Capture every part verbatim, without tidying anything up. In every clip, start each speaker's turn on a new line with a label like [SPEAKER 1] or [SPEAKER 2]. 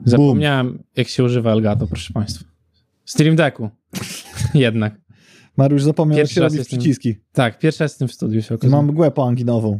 [SPEAKER 1] Zapomniałem, Boom. jak się używa Elgato, proszę państwa. Stream Decku. Jednak.
[SPEAKER 2] Mariusz zapomniał, jak się robi przyciski.
[SPEAKER 1] Tak, pierwszy raz jestem w studiu się okazuje.
[SPEAKER 2] Mam mgłę poanginową.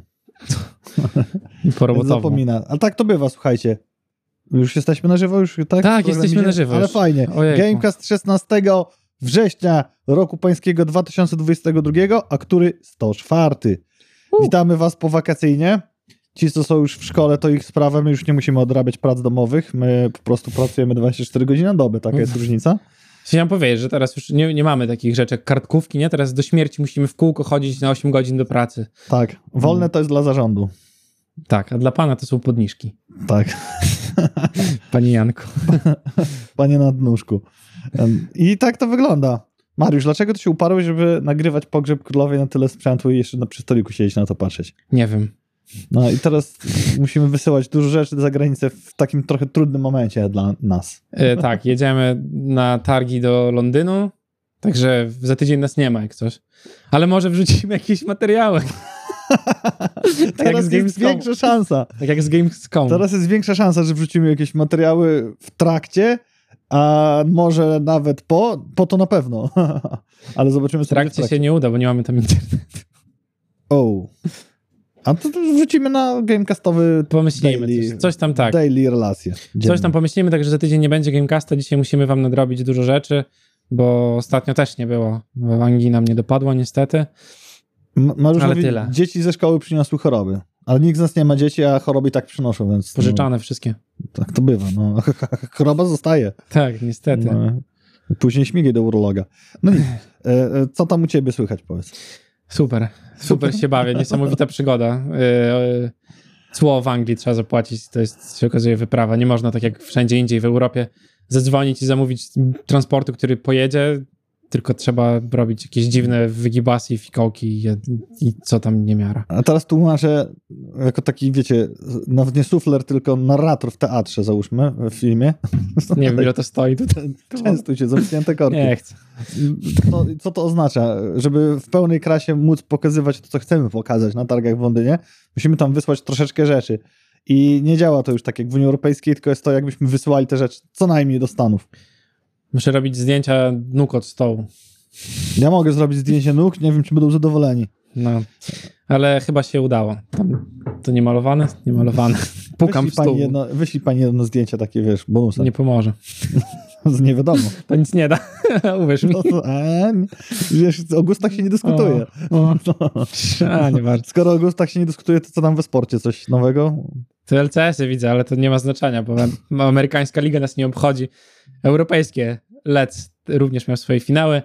[SPEAKER 1] I porobotową.
[SPEAKER 2] Zapomina. Ale tak to bywa, słuchajcie. Już jesteśmy na żywo? Już, tak,
[SPEAKER 1] tak jesteśmy idzie? na żywo.
[SPEAKER 2] Ale
[SPEAKER 1] już.
[SPEAKER 2] fajnie. Ojejku. Gamecast szesnastego września roku pańskiego dwa tysiące dwudziestego drugiego, a który sto czwarty. Uh. Witamy was po wakacyjnie. Ci, co są już w szkole, to ich sprawa. My już nie musimy odrabiać prac domowych. My po prostu pracujemy dwadzieścia cztery godziny na dobę. Taka jest różnica.
[SPEAKER 1] Chciałem powiedzieć, że teraz już nie, nie mamy takich rzeczy jak kartkówki, nie? Teraz do śmierci musimy w kółko chodzić na osiem godzin do pracy.
[SPEAKER 2] Tak. Wolne to jest dla zarządu.
[SPEAKER 1] Tak, a dla pana to są podniżki.
[SPEAKER 2] Tak.
[SPEAKER 1] Panie Janku.
[SPEAKER 2] Panie nadnóżku. I tak to wygląda. Mariusz, dlaczego ty się uparłeś, żeby nagrywać pogrzeb królowej na tyle sprzętu i jeszcze na przy stoliku siedzieć na to patrzeć?
[SPEAKER 1] Nie wiem.
[SPEAKER 2] No i teraz musimy wysyłać dużo rzeczy za granicę w takim trochę trudnym momencie dla nas.
[SPEAKER 1] E, tak, jedziemy na targi do Londynu, także za tydzień nas nie ma jak coś. Ale może wrzucimy jakieś materiały.
[SPEAKER 2] tak Teraz jest większa szansa.
[SPEAKER 1] Tak jak z Gamescom.
[SPEAKER 2] Teraz jest większa szansa, że wrzucimy jakieś materiały w trakcie, a może nawet po, po to na pewno. Ale zobaczymy
[SPEAKER 1] sobie. W trakcie, w trakcie się nie uda, bo nie mamy tam internetu.
[SPEAKER 2] O. A to, to wrzucimy na gamecastowy
[SPEAKER 1] pomyślimy,
[SPEAKER 2] daily,
[SPEAKER 1] coś, coś tam tak.
[SPEAKER 2] Daily relacje. Dziennie.
[SPEAKER 1] Coś tam pomyślimy, także za tydzień nie będzie gamecasta. Dzisiaj musimy wam nadrobić dużo rzeczy, bo ostatnio też nie było. Angina nam nie dopadła niestety.
[SPEAKER 2] Mariusz
[SPEAKER 1] ale
[SPEAKER 2] mówi,
[SPEAKER 1] tyle.
[SPEAKER 2] Dzieci ze szkoły przyniosły choroby. Ale nikt z nas nie ma dzieci, a choroby i tak przynoszą, więc...
[SPEAKER 1] Pożyczane
[SPEAKER 2] no,
[SPEAKER 1] wszystkie.
[SPEAKER 2] Tak to bywa. No. Choroba zostaje.
[SPEAKER 1] Tak, niestety. No.
[SPEAKER 2] Później śmigaj do urologa. No nic. Co tam u ciebie słychać, powiedz?
[SPEAKER 1] Super. Super się bawię. Niesamowita przygoda. Cło w Anglii trzeba zapłacić. To jest, się okazuje, wyprawa. Nie można tak jak wszędzie indziej w Europie zadzwonić i zamówić transportu, który pojedzie, tylko trzeba robić jakieś dziwne wygibasy, fikołki i, i co tam niemiara.
[SPEAKER 2] A teraz tłumaczę jako taki, wiecie, nawet nie sufler, tylko narrator w teatrze, załóżmy, w filmie.
[SPEAKER 1] Nie wiem, ile to stoi tutaj.
[SPEAKER 2] Częstuj się, zamknięte korki.
[SPEAKER 1] Nie chcę.
[SPEAKER 2] To, co to oznacza? Żeby w pełnej krasie móc pokazywać to, co chcemy pokazać na targach w Londynie, musimy tam wysłać troszeczkę rzeczy. I nie działa to już tak jak w Unii Europejskiej, tylko jest to, jakbyśmy wysyłali te rzeczy co najmniej do Stanów.
[SPEAKER 1] Muszę robić zdjęcia nóg od stołu.
[SPEAKER 2] Ja mogę zrobić zdjęcie nóg, nie wiem, czy będą zadowoleni.
[SPEAKER 1] No, ale chyba się udało. Tam, to nie malowane? Nie malowane. Pukam
[SPEAKER 2] wyślij
[SPEAKER 1] w stół.
[SPEAKER 2] Pani jedno, wyślij pani jedno zdjęcie takie, wiesz, bonusem.
[SPEAKER 1] Nie pomoże.
[SPEAKER 2] Nie wiadomo.
[SPEAKER 1] To nic nie da. Uwierz mi.
[SPEAKER 2] No to, a, wiesz, o gustach się nie dyskutuje.
[SPEAKER 1] O, o. A, nie bardzo.
[SPEAKER 2] Skoro o gustach się nie dyskutuje, to co tam we sporcie? Coś nowego?
[SPEAKER 1] To L C S-y widzę, ale to nie ma znaczenia, bo amerykańska liga nas nie obchodzi. Europejskie L E C również miał swoje finały.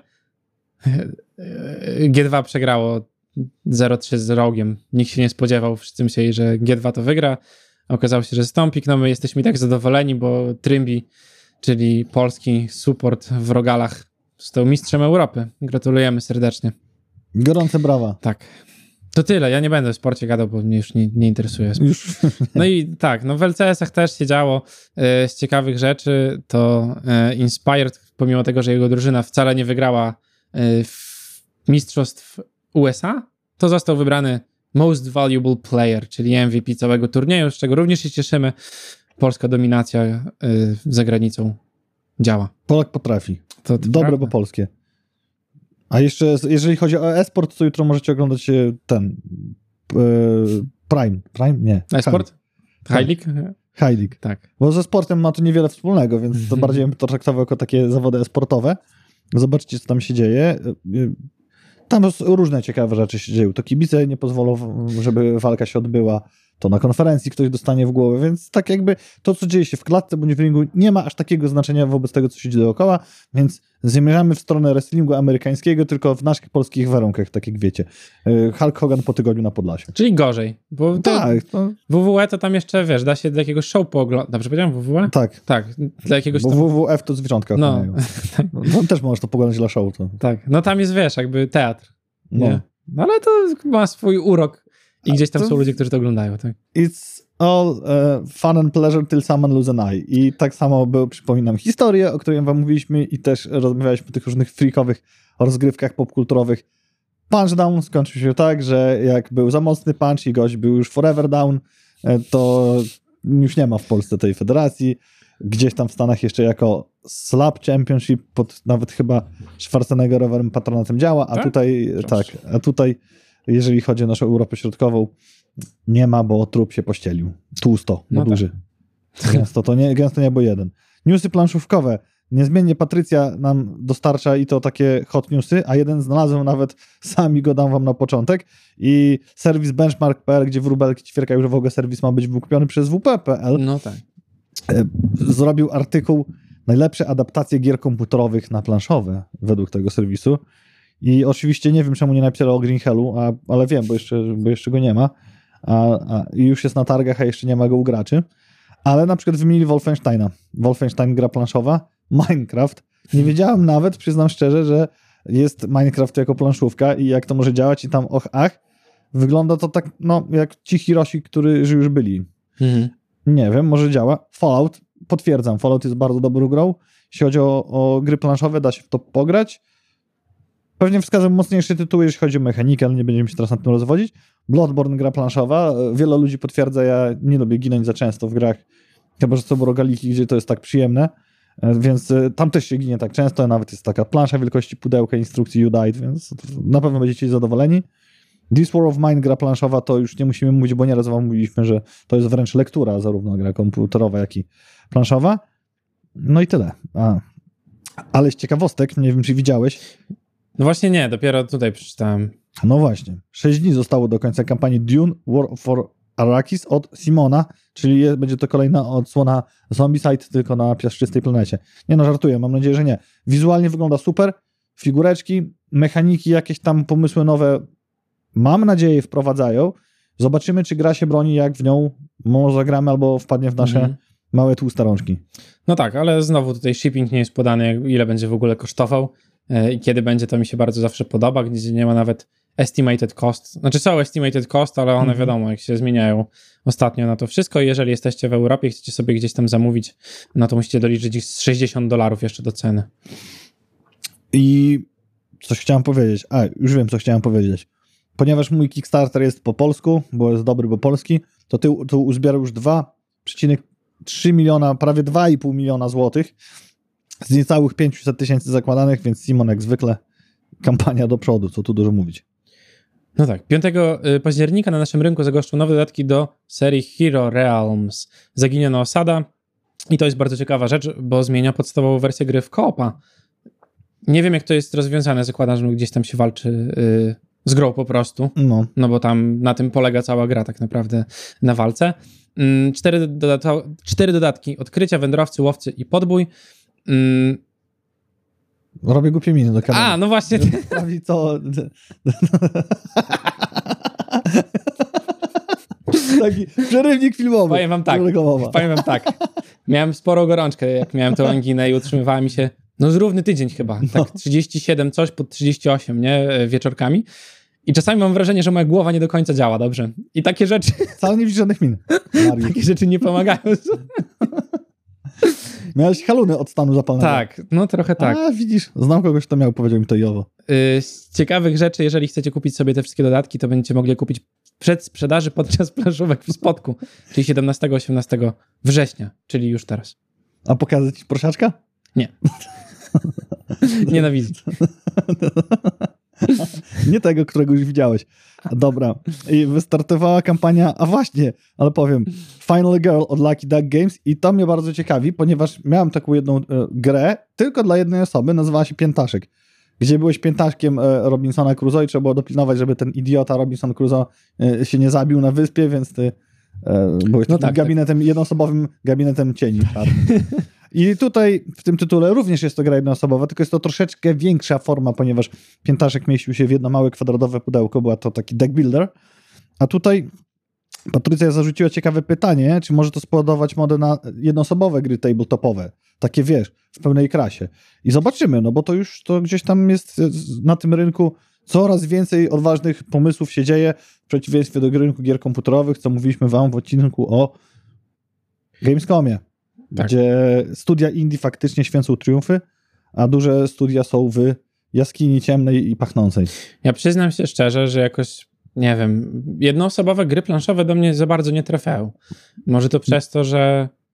[SPEAKER 1] G dwa przegrało zero trzy z Rogiem. Nikt się nie spodziewał, wszyscy myśleli, że G dwa to wygra. Okazało się, że stąpik. No my jesteśmy i tak zadowoleni, bo Trymbi, czyli polski support w Rogalach, został mistrzem Europy. Gratulujemy serdecznie.
[SPEAKER 2] Gorące brawa.
[SPEAKER 1] Tak. To tyle. Ja nie będę w sporcie gadał, bo mnie już nie, nie interesuje. Już. No i tak, no w L C S-ach też się działo e, z ciekawych rzeczy. To e, Inspired, pomimo tego, że jego drużyna wcale nie wygrała e, w mistrzostw U S A, to został wybrany Most Valuable Player, czyli M V P całego turnieju, z czego również się cieszymy. Polska dominacja y, za granicą działa.
[SPEAKER 2] Polak potrafi.
[SPEAKER 1] To, to
[SPEAKER 2] dobre
[SPEAKER 1] prawda.
[SPEAKER 2] po polskie. A jeszcze, jeżeli chodzi o e-sport, to jutro możecie oglądać ten e, Prime. Prime? Nie.
[SPEAKER 1] E-sport? High League?
[SPEAKER 2] High League.
[SPEAKER 1] Tak.
[SPEAKER 2] Bo ze sportem ma to niewiele wspólnego, więc to bardziej bym to traktował jako takie zawody e-sportowe. Zobaczcie, co tam się dzieje. Tam różne ciekawe rzeczy się dzieją. To kibice nie pozwolą, żeby walka się odbyła. To na konferencji ktoś dostanie w głowę, więc tak jakby to, co dzieje się w klatce bądź w ringu, nie ma aż takiego znaczenia wobec tego, co się dzieje dookoła, więc zmierzamy w stronę wrestlingu amerykańskiego, tylko w naszych polskich warunkach, tak jak wiecie. Hulk Hogan po tygodniu na Podlasiu.
[SPEAKER 1] Czyli gorzej. Bo to
[SPEAKER 2] tak. To...
[SPEAKER 1] W W E to tam jeszcze, wiesz, da się dla jakiegoś show pooglądać. Dobrze powiedziałem? W W E?
[SPEAKER 2] Tak.
[SPEAKER 1] Tak. Dla jakiegoś
[SPEAKER 2] Bo
[SPEAKER 1] tam...
[SPEAKER 2] W W F to zwierzątka.
[SPEAKER 1] No.
[SPEAKER 2] no. Tam też możesz to poglądać dla show. To.
[SPEAKER 1] Tak. No tam jest, wiesz, jakby teatr. Nie?
[SPEAKER 2] No.
[SPEAKER 1] No ale to ma swój urok. I gdzieś tam
[SPEAKER 2] to...
[SPEAKER 1] są ludzie, którzy to oglądają. Tak?
[SPEAKER 2] It's all uh, fun and pleasure till someone lose an eye. I tak samo był, przypominam, historię, o której wam mówiliśmy i też rozmawialiśmy o tych różnych freakowych rozgrywkach popkulturowych. Punchdown skończył się tak, że jak był za mocny punch i gość był już forever down, to już nie ma w Polsce tej federacji. gdzieś tam w Stanach jeszcze jako Slap Championship, pod nawet chyba Schwarzeneggerowym patronatem działa, a tak? tutaj tak, a tutaj jeżeli chodzi o naszą Europę Środkową, nie ma, bo trup się pościelił. Tłusto, bo no duży. Tak. Gęsto to nie, gęsto nie, bo jeden. Newsy planszówkowe. Niezmiennie Patrycja nam dostarcza i to takie hot newsy, a jeden znalazłem nawet, sami go dam wam na początek. I serwis benchmark kropka p l, gdzie wróbelki ćwierkają, że w ogóle serwis ma być wykupiony przez w p kropka p l.
[SPEAKER 1] No tak.
[SPEAKER 2] Zrobił artykuł najlepsze adaptacje gier komputerowych na planszowe według tego serwisu. I oczywiście nie wiem, czemu nie napisał o Green Hellu, a, ale wiem, bo jeszcze, bo jeszcze go nie ma. A, a już jest na targach, a jeszcze nie ma go u graczy. Ale na przykład wymienili Wolfensteina. Wolfenstein gra planszowa, Minecraft. Nie wiedziałem nawet, przyznam szczerze, że jest Minecraft jako planszówka i jak to może działać i tam och, ach. Wygląda to tak, no, jak ci Hiroshi, którzy już byli. Mhm. Nie wiem, może działa. Fallout, potwierdzam, Fallout jest bardzo dobrą grą. Jeśli chodzi o, o gry planszowe, da się w to pograć. Pewnie wskażę mocniejsze tytuły, jeśli chodzi o mechanikę, ale nie będziemy się teraz nad tym rozwodzić. Bloodborne, gra planszowa. Wiele ludzi potwierdza, ja nie lubię ginąć za często w grach, chyba że są rogaliki, gdzie to jest tak przyjemne, więc tam też się ginie tak często, nawet jest taka plansza wielkości pudełka, instrukcji You Died, więc na pewno będziecie zadowoleni. This War of Mine, gra planszowa, to już nie musimy mówić, bo nieraz wam mówiliśmy, że to jest wręcz lektura, zarówno gra komputerowa, jak i planszowa. No i tyle. A. Ale z ciekawostek, nie wiem, czy widziałeś.
[SPEAKER 1] No właśnie nie, dopiero tutaj przeczytałem.
[SPEAKER 2] No właśnie. Sześć dni zostało do końca kampanii Dune War for Arrakis od Simona, czyli jest, będzie to kolejna odsłona Zombicide, tylko na piaszczystej planecie. Nie no, żartuję, mam nadzieję, że nie. Wizualnie wygląda super, figureczki, mechaniki, jakieś tam pomysły nowe, mam nadzieję, wprowadzają. Zobaczymy, czy gra się broni, jak w nią może gramy, albo wpadnie w nasze mhm. małe tłuste rączki.
[SPEAKER 1] No tak, ale znowu tutaj shipping nie jest podany, ile będzie w ogóle kosztował i kiedy będzie, to mi się bardzo zawsze podoba, gdzie nie ma nawet estimated cost. Znaczy są estimated cost, ale one mhm. wiadomo, jak się zmieniają ostatnio na to wszystko. I jeżeli jesteście w Europie i chcecie sobie gdzieś tam zamówić, no to musicie doliczyć z sześćdziesiąt dolarów jeszcze do ceny.
[SPEAKER 2] I coś chciałem powiedzieć. A, już wiem, co chciałem powiedzieć. Ponieważ mój Kickstarter jest po polsku, bo jest dobry, bo polski, to ty tu uzbierał już dwa przecinek trzy miliona, prawie dwa i pół miliona złotych z niecałych pięćset tysięcy zakładanych, więc Simon jak zwykle kampania do przodu, co tu dużo mówić.
[SPEAKER 1] No tak, piątego października na naszym rynku zagoszczą nowe dodatki do serii Hero Realms. Zaginiona osada i to jest bardzo ciekawa rzecz, bo zmienia podstawową wersję gry w koopa. Nie wiem, jak to jest rozwiązane, zakładam, że gdzieś tam się walczy yy, z grą po prostu, no. no bo tam na tym polega cała gra tak naprawdę na walce. Yy, cztery, dodat- cztery dodatki, odkrycia, wędrowcy, łowcy i podbój. Yy,
[SPEAKER 2] Robię głupie miny do kamery.
[SPEAKER 1] A, no właśnie.
[SPEAKER 2] Sprawi to... Taki przerywnik filmowy.
[SPEAKER 1] Powiem wam tak, powiem wam tak. Miałem sporą gorączkę, jak miałem tę anginę i utrzymywała mi się, no równy tydzień chyba, tak no. trzydzieści siedem, coś pod trzydzieści osiem, nie, wieczorkami. I czasami mam wrażenie, że moja głowa nie do końca działa dobrze. I takie rzeczy...
[SPEAKER 2] Wcale nie widzisz żadnych min.
[SPEAKER 1] Takie rzeczy nie pomagają.
[SPEAKER 2] Miałeś haluny od stanu zapalnego.
[SPEAKER 1] Tak, no trochę tak.
[SPEAKER 2] A, widzisz, znam kogoś, kto miał, powiedział mi to i owo.
[SPEAKER 1] Yy, z ciekawych rzeczy, jeżeli chcecie kupić sobie te wszystkie dodatki, to będziecie mogli kupić przed sprzedaży podczas planszówek w Spodku, czyli siedemnastego osiemnastego września, czyli już teraz.
[SPEAKER 2] A pokazać ci prosiaczka?
[SPEAKER 1] Nie. Nienawidzi.
[SPEAKER 2] Nie tego, którego już widziałeś. Dobra. I wystartowała kampania, a właśnie, ale powiem, Final Girl od Lucky Duck Games i to mnie bardzo ciekawi, ponieważ miałem taką jedną e, grę tylko dla jednej osoby, nazywała się Piętaszek, gdzie byłeś piętaszkiem e, Robinsona Crusoe i trzeba było dopilnować, żeby ten idiota Robinson Crusoe e, się nie zabił na wyspie, więc ty e, byłeś no takim tak, gabinetem, tak. jednoosobowym gabinetem cieni czarnym. I tutaj w tym tytule również jest to gra jednoosobowa, tylko jest to troszeczkę większa forma, ponieważ Piętaszek mieścił się w jedno małe kwadratowe pudełko, była to taki deck builder, a tutaj Patrycja zarzuciła ciekawe pytanie, czy może to spowodować modę na jednoosobowe gry tabletopowe, takie wiesz, w pełnej krasie. I zobaczymy, no bo to już to gdzieś tam jest na tym rynku coraz więcej odważnych pomysłów się dzieje w przeciwieństwie do rynku gier komputerowych, co mówiliśmy wam w odcinku o Gamescomie. Tak. Gdzie studia indie faktycznie święcą triumfy, a duże studia są w jaskini ciemnej i pachnącej.
[SPEAKER 1] Ja przyznam się szczerze, że jakoś, nie wiem, jednoosobowe gry planszowe do mnie za bardzo nie trafiają. Może to przez to, że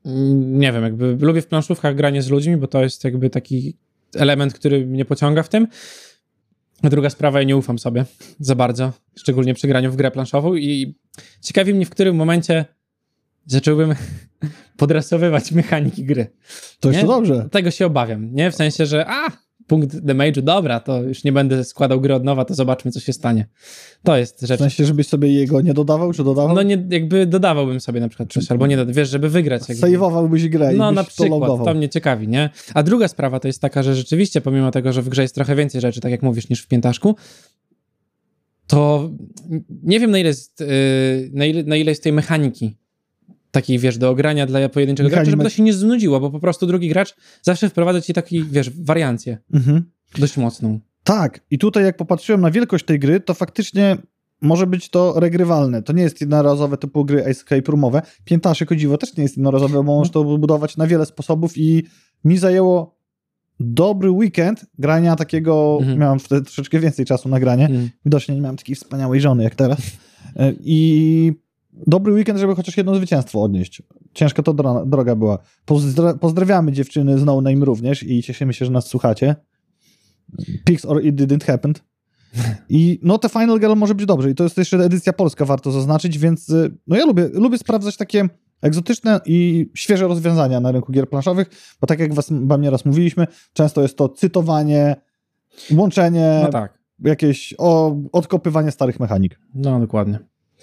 [SPEAKER 1] nie wiem, jakby lubię w planszówkach granie z ludźmi, bo to jest jakby taki element, który mnie pociąga w tym. A druga sprawa, ja nie ufam sobie za bardzo, szczególnie przy graniu w grę planszową i ciekawi mnie, w którym momencie zacząłbym podrasowywać mechaniki gry.
[SPEAKER 2] To jeszcze
[SPEAKER 1] nie?
[SPEAKER 2] dobrze.
[SPEAKER 1] Tego się obawiam, nie? W sensie, że a, punkt damage'u, dobra, to już nie będę składał gry od nowa, to zobaczmy, co się stanie. To jest rzecz.
[SPEAKER 2] W sensie, żebyś sobie jego nie dodawał, czy dodawał?
[SPEAKER 1] No nie, jakby dodawałbym sobie na przykład coś, albo nie dodawałbym, wiesz, żeby wygrać. Jakby.
[SPEAKER 2] Sejwowałbyś grę i
[SPEAKER 1] No
[SPEAKER 2] byś
[SPEAKER 1] na
[SPEAKER 2] to
[SPEAKER 1] przykład,
[SPEAKER 2] logował.
[SPEAKER 1] to mnie ciekawi, nie? A druga sprawa to jest taka, że rzeczywiście, pomimo tego, że w grze jest trochę więcej rzeczy, tak jak mówisz, niż w Piętaszku, to nie wiem, na ile jest, yy, na ile, na ile jest tej mechaniki takiej, wiesz, do ogrania dla pojedynczego
[SPEAKER 2] Mechanik-
[SPEAKER 1] gracza, żeby to się nie znudziło, bo po prostu drugi gracz zawsze wprowadza ci taki, wiesz, wariancję
[SPEAKER 2] Mhm.
[SPEAKER 1] dość mocną.
[SPEAKER 2] Tak, i tutaj jak popatrzyłem na wielkość tej gry, to faktycznie może być to regrywalne. To nie jest jednorazowe typu gry escape roomowe. Piętaszyk, o dziwo, też nie jest jednorazowe, bo możesz to budować na wiele sposobów i mi zajęło dobry weekend grania takiego,
[SPEAKER 1] Mhm.
[SPEAKER 2] miałem wtedy troszeczkę więcej czasu na granie.
[SPEAKER 1] Mm.
[SPEAKER 2] Widocznie nie miałem takiej wspaniałej żony jak teraz. I dobry weekend, żeby chociaż jedno zwycięstwo odnieść. Ciężka to dro- droga była. Pozdra- pozdrawiamy dziewczyny z No Name również i cieszymy się, że nas słuchacie. Pigs or It Didn't Happen. I no te Final Girl może być dobrze. I to jest jeszcze edycja polska, warto zaznaczyć, więc y, no ja lubię, lubię sprawdzać takie egzotyczne i świeże rozwiązania na rynku gier planszowych, bo tak jak was, wam nieraz mówiliśmy, często jest to cytowanie, łączenie,
[SPEAKER 1] No tak,
[SPEAKER 2] jakieś o, odkopywanie starych mechanik.
[SPEAKER 1] no dokładnie.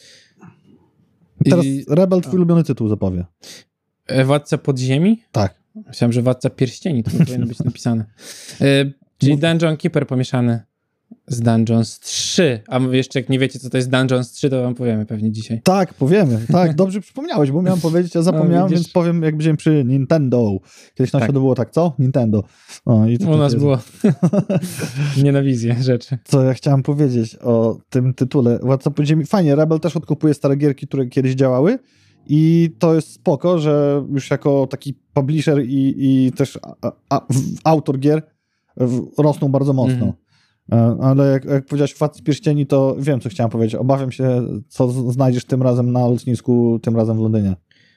[SPEAKER 2] I teraz
[SPEAKER 1] I-
[SPEAKER 2] Rebel, twój ulubiony tytuł zapowie.
[SPEAKER 1] E, Władca Podziemi?
[SPEAKER 2] Tak.
[SPEAKER 1] Myślałem, że Władca Pierścieni, to powinno być napisane. E, czyli
[SPEAKER 2] Mów-
[SPEAKER 1] Dungeon Keeper pomieszany z Dungeons trzy. A jeszcze jak nie wiecie, co to jest Dungeons trzy, to wam powiemy pewnie dzisiaj.
[SPEAKER 2] Tak, powiemy. Tak, dobrze przypomniałeś, bo miałem powiedzieć, a zapomniałem,
[SPEAKER 1] No, widzisz.
[SPEAKER 2] więc powiem, jak będziemy przy Nintendo. Kiedyś na
[SPEAKER 1] Tak.
[SPEAKER 2] świecie było tak, co? Nintendo. O, i to
[SPEAKER 1] U nas
[SPEAKER 2] jest-
[SPEAKER 1] było nienawizję rzeczy.
[SPEAKER 2] Co ja chciałem powiedzieć o tym tytule Władca Podziemi. Fajnie, Rebel też odkupuje stare gierki, które kiedyś działały i to jest spoko, że już jako taki publisher i, i też a, a, w- autor gier w, rosną bardzo mocno.
[SPEAKER 1] Mhm.
[SPEAKER 2] E, Ale jak, jak powiedziałeś Władcy Pierścieni, to wiem, co chciałem powiedzieć. Obawiam się, co z- znajdziesz tym razem na lotnisku, tym razem w Londynie.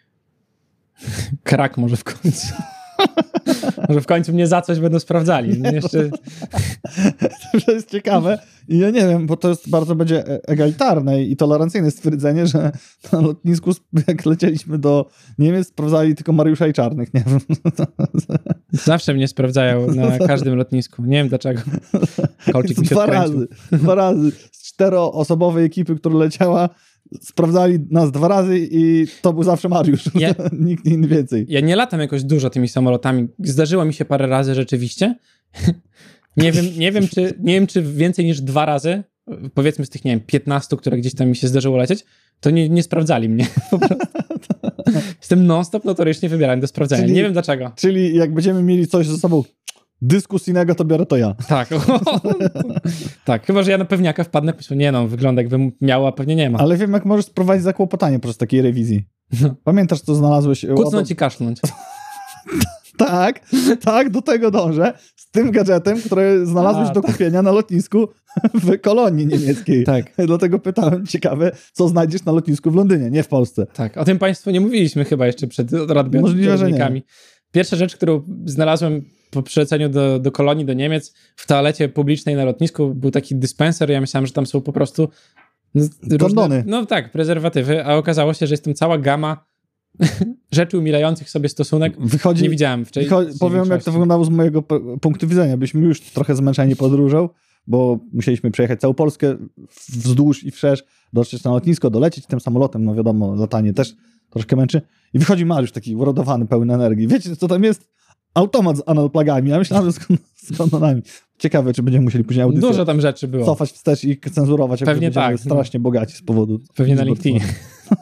[SPEAKER 1] Krak może w końcu. Może w końcu mnie za coś będą sprawdzali. No jeszcze...
[SPEAKER 2] To jest ciekawe i ja nie wiem, bo to jest bardzo będzie e- egalitarne i tolerancyjne stwierdzenie, że na lotnisku, jak lecieliśmy do Niemiec, sprawdzali tylko Mariusza i Czarnych, nie wiem.
[SPEAKER 1] Zawsze mnie sprawdzają na każdym lotnisku. Nie wiem dlaczego. Kolczyk mi się
[SPEAKER 2] Dwa
[SPEAKER 1] odkręcił.
[SPEAKER 2] razy, dwa razy. Z czteroosobowej ekipy, która leciała, sprawdzali nas dwa razy i to był zawsze Mariusz.
[SPEAKER 1] Ja-
[SPEAKER 2] Nikt inny więcej.
[SPEAKER 1] Ja nie latam jakoś dużo tymi samolotami. Zdarzyło mi się parę razy rzeczywiście. Nie wiem, nie wiem, czy, nie wiem, czy więcej niż dwa razy, powiedzmy z tych, nie wiem, piętnastu, które gdzieś tam mi się zdarzyło lecieć, to nie, nie sprawdzali mnie. Po prostu. Jestem non-stop notorycznie wybierany do sprawdzenia.
[SPEAKER 2] Czyli-
[SPEAKER 1] Nie wiem dlaczego.
[SPEAKER 2] Czyli jak będziemy mieli coś ze sobą dyskusyjnego, to biorę to ja.
[SPEAKER 1] Tak. Tak, chyba, że ja na pewniaka wpadnę, myślę, nie no, wygląda jakbym miał, a pewnie nie ma.
[SPEAKER 2] Ale wiem, jak możesz sprowadzić zakłopotanie podczas takiej rewizji.
[SPEAKER 1] No.
[SPEAKER 2] Pamiętasz, co znalazłeś?
[SPEAKER 1] Kucnąć i kaszlnąć.
[SPEAKER 2] Tak, tak, do tego dążę. Z tym gadżetem, który znalazłeś
[SPEAKER 1] A,
[SPEAKER 2] do
[SPEAKER 1] tak.
[SPEAKER 2] kupienia na lotnisku w kolonii niemieckiej.
[SPEAKER 1] Tak,
[SPEAKER 2] Dlatego pytałem, ciekawe, co znajdziesz na lotnisku w Londynie, nie w Polsce.
[SPEAKER 1] tak. O tym państwu nie mówiliśmy chyba jeszcze przed
[SPEAKER 2] Możliwe, że nie.
[SPEAKER 1] odbiornikami. Pierwsza rzecz, którą znalazłem po przyleceniu do, do kolonii, do Niemiec, w toalecie publicznej na lotnisku był taki dyspenser. Ja myślałem, że tam są po prostu no,
[SPEAKER 2] Kondony.
[SPEAKER 1] no tak, prezerwatywy, a okazało się, że jest tam cała gama rzeczy umilających sobie stosunek.
[SPEAKER 2] Wychodzi,
[SPEAKER 1] Nie widziałem wcześniej.
[SPEAKER 2] wychodzi powiem, jak to wyglądało z mojego p- punktu widzenia. Byliśmy już trochę zmęczeni podróżą, bo musieliśmy przejechać całą Polskę wzdłuż i wszerz, dotrzeć na lotnisko, dolecieć tym samolotem, no wiadomo, latanie też troszkę męczy. I wychodzi Mariusz taki urodowany, pełny energii. Wiecie, co tam jest? Automat z analplagami. Ja myślałem, że z, kon- z kondonami. Ciekawe, czy będziemy musieli później audycję
[SPEAKER 1] Dużo tam rzeczy było.
[SPEAKER 2] cofać wstecz i cenzurować, jak
[SPEAKER 1] Pewnie
[SPEAKER 2] będziemy
[SPEAKER 1] tak.
[SPEAKER 2] strasznie bogaci z powodu...
[SPEAKER 1] Pewnie na
[SPEAKER 2] izby
[SPEAKER 1] LinkedInie.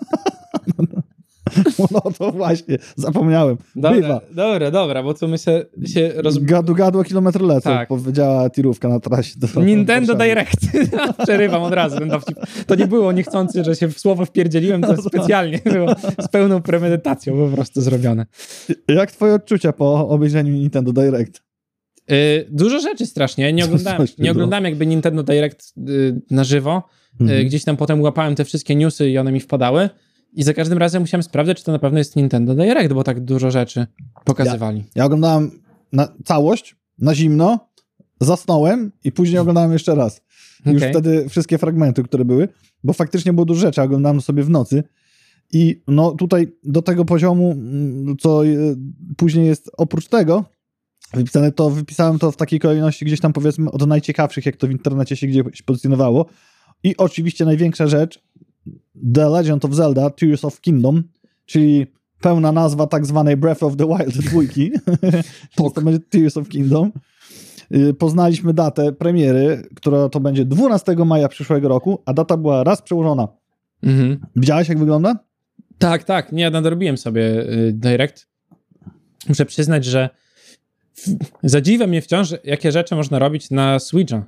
[SPEAKER 2] No to właśnie, zapomniałem.
[SPEAKER 1] Dobra,
[SPEAKER 2] Bywa.
[SPEAKER 1] dobra, dobra, bo tu my się, się roz...
[SPEAKER 2] Gadu, gadu, a kilometr lecą,
[SPEAKER 1] Tak.
[SPEAKER 2] powiedziała tirówka na trasie. Do,
[SPEAKER 1] Nintendo
[SPEAKER 2] do Warszawy.
[SPEAKER 1] Direct. Przerywam od razu ten dowcip. To nie było niechcący, że się w słowo wpierdzieliłem, to specjalnie było z pełną premedytacją po prostu zrobione.
[SPEAKER 2] Jak twoje odczucia po obejrzeniu Nintendo Direct?
[SPEAKER 1] Yy, dużo rzeczy strasznie. Nie oglądałem,
[SPEAKER 2] Coś ty
[SPEAKER 1] nie oglądałem jakby Nintendo Direct yy, na żywo. Yy,
[SPEAKER 2] Mhm.
[SPEAKER 1] Gdzieś tam potem łapałem te wszystkie newsy i one mi wpadały. I za każdym razem musiałem sprawdzać, czy to na pewno jest Nintendo Direct, bo tak dużo rzeczy pokazywali.
[SPEAKER 2] Ja, ja oglądałem na całość, na zimno, zasnąłem i później oglądałem jeszcze raz. Okay. Już wtedy wszystkie fragmenty, które były, bo faktycznie było dużo rzeczy, oglądałem sobie w nocy i no tutaj do tego poziomu, co później jest oprócz tego wypisane, to wypisałem to w takiej kolejności gdzieś tam powiedzmy od najciekawszych, jak to w internecie się gdzieś pozycjonowało. I oczywiście największa rzecz, The Legend of Zelda Tears of Kingdom, czyli pełna nazwa tak zwanej Breath of the Wild dwójki. To będzie Tears of Kingdom. Poznaliśmy datę premiery, która to będzie dwunastego maja przyszłego roku, a data była raz przełożona. Mhm. Widziałeś, jak wygląda?
[SPEAKER 1] Tak, tak. Nie, ja nadrobiłem sobie y, Direct. Muszę przyznać, że w, zadziwia mnie wciąż, jakie rzeczy można robić na Switcha.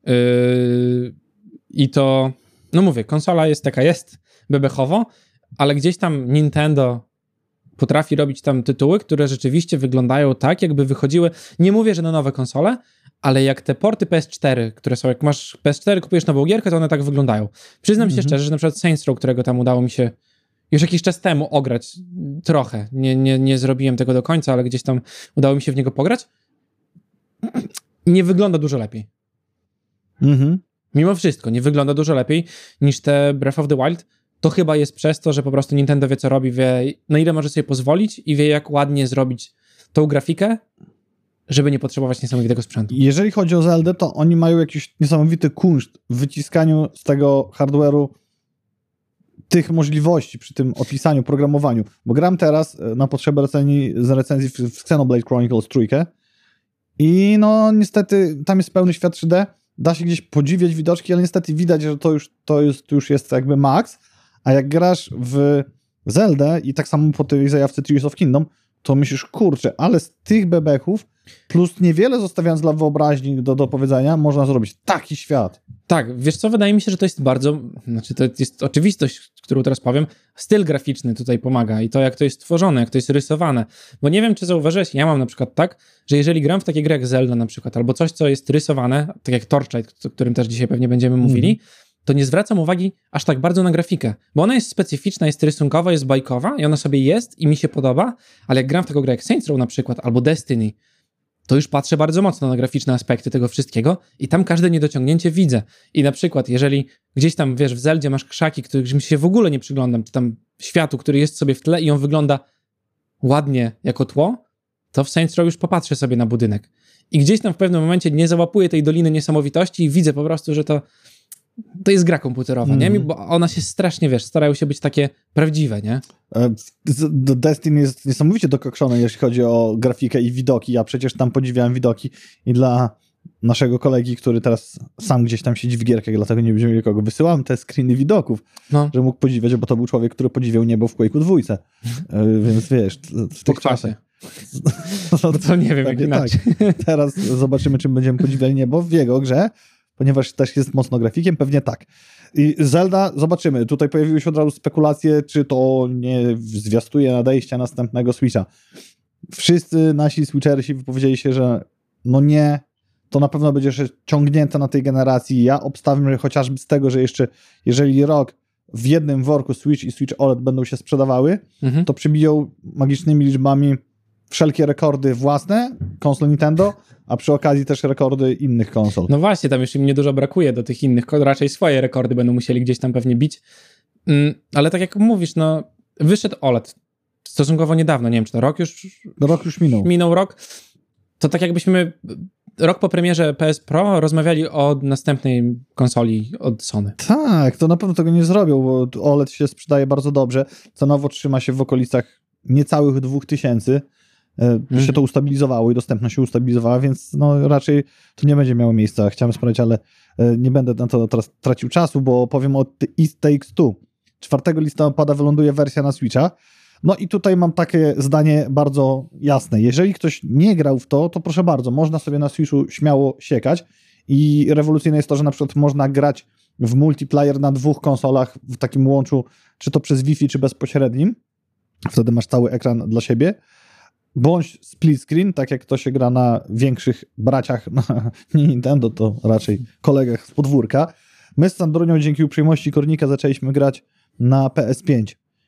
[SPEAKER 1] Yy, I to, no mówię, konsola jest taka jest, bebechowo, ale gdzieś tam Nintendo potrafi robić tam tytuły, które rzeczywiście wyglądają tak, jakby wychodziły, nie mówię, że na nowe konsole, ale jak te porty P S cztery, które są, jak masz P S cztery, kupujesz nową gierkę, to one tak wyglądają. Przyznam mm-hmm. się szczerze, że na przykład Saints Row, którego tam udało mi się już jakiś czas temu ograć trochę, nie, nie, nie zrobiłem tego do końca, ale gdzieś tam udało mi się w niego pograć, nie wygląda dużo lepiej. Mhm. Mimo wszystko, nie wygląda dużo lepiej niż te Breath of the Wild. To chyba jest przez to, że po prostu Nintendo wie, co robi, wie, na ile może sobie pozwolić i wie, jak ładnie zrobić tą grafikę, żeby nie potrzebować niesamowitego sprzętu.
[SPEAKER 2] Jeżeli chodzi o Zeldę, to oni mają jakiś niesamowity kunszt w wyciskaniu z tego hardware'u tych możliwości przy tym opisaniu, programowaniu. Bo gram teraz na potrzeby recenzji, z recenzji w Xenoblade Chronicles trójkę i no niestety tam jest pełny świat trzy D, da się gdzieś podziwiać widoczki, ale niestety widać, że to już, to jest, to już jest jakby max, a jak grasz w Zeldę i tak samo po tej zajawce Tears of Kingdom, to myślisz, kurczę, ale z tych bebechów plus niewiele zostawiając dla wyobraźni do, do powiedzenia, można zrobić taki świat.
[SPEAKER 1] Tak, wiesz co, wydaje mi się, że to jest bardzo, znaczy to jest oczywistość, którą teraz powiem, styl graficzny tutaj pomaga i to, jak to jest tworzone, jak to jest rysowane, bo nie wiem, czy zauważyłeś, ja mam na przykład tak, że jeżeli gram w takie gry jak Zelda na przykład, albo coś, co jest rysowane, tak jak Torchlight, o którym też dzisiaj pewnie będziemy mówili, mm. to nie zwracam uwagi aż tak bardzo na grafikę, bo ona jest specyficzna, jest rysunkowa, jest bajkowa i ona sobie jest i mi się podoba, ale jak gram w taką grę jak Saints Row na przykład, albo Destiny, to już patrzę bardzo mocno na graficzne aspekty tego wszystkiego i tam każde niedociągnięcie widzę. I na przykład, jeżeli gdzieś tam, wiesz, w Zeldzie masz krzaki, których mi się w ogóle nie przyglądam, czy tam światu, który jest sobie w tle i on wygląda ładnie jako tło, to w Saints Row już popatrzę sobie na budynek. I gdzieś tam w pewnym momencie nie załapuję tej doliny niesamowitości i widzę po prostu, że to to jest gra komputerowa, mm. nie? Bo ona się strasznie, wiesz, starają się być takie prawdziwe, nie?
[SPEAKER 2] Destiny jest niesamowicie dokokszone, jeśli chodzi o grafikę i widoki. Ja przecież tam podziwiałem widoki i dla naszego kolegi, który teraz sam gdzieś tam siedzi w gierkach, dlatego nie będziemy nikogo, wysyłałem te screeny widoków, no. że mógł podziwiać, bo to był człowiek, który podziwiał niebo w Quake'u dwójce. Więc wiesz, w tych czasach.
[SPEAKER 1] No to nie wiem, jak inaczej.
[SPEAKER 2] Tak. Teraz zobaczymy, czym będziemy podziwiali niebo w jego grze, ponieważ też jest mocno grafikiem, pewnie tak. I Zelda, zobaczymy. Tutaj pojawiły się od razu spekulacje, czy to nie zwiastuje nadejścia następnego Switcha. Wszyscy nasi Switchersi wypowiedzieli się, że no nie, to na pewno będzie jeszcze ciągnięte na tej generacji. Ja obstawiam, że chociażby z tego, że jeszcze jeżeli rok w jednym worku Switch i Switch O L E D będą się sprzedawały, mhm. to przybiją magicznymi liczbami wszelkie rekordy własne konsol Nintendo, a przy okazji też rekordy innych konsol.
[SPEAKER 1] No właśnie, tam już im niedużo brakuje do tych innych, raczej swoje rekordy będą musieli gdzieś tam pewnie bić. Mm, ale tak jak mówisz, no wyszedł O L E D stosunkowo niedawno, nie wiem, czy to rok już...
[SPEAKER 2] Rok już minął.
[SPEAKER 1] Minął rok. To tak jakbyśmy rok po premierze P S Pro rozmawiali o następnej konsoli od Sony.
[SPEAKER 2] Tak, to na pewno tego nie zrobią, bo O L E D się sprzedaje bardzo dobrze. Cenowo trzyma się w okolicach niecałych dwóch tysięcy. Mm. się to ustabilizowało i dostępność się ustabilizowała, więc no raczej to nie będzie miało miejsca. Chciałem sprawdzić, ale nie będę na to teraz tracił czasu, bo powiem o It Takes Two. czwartego listopada wyląduje wersja na Switcha. No i tutaj mam takie zdanie bardzo jasne. Jeżeli ktoś nie grał w to, to proszę bardzo, można sobie na Switchu śmiało siekać i rewolucyjne jest to, że na przykład można grać w multiplayer na dwóch konsolach w takim łączu, czy to przez Wi-Fi, czy bezpośrednim. Wtedy masz cały ekran dla siebie. Bądź split screen, tak jak to się gra na większych braciach, na nie Nintendo, to raczej kolegach z podwórka. My z Sandronią dzięki uprzejmości Kornika zaczęliśmy grać na P S pięć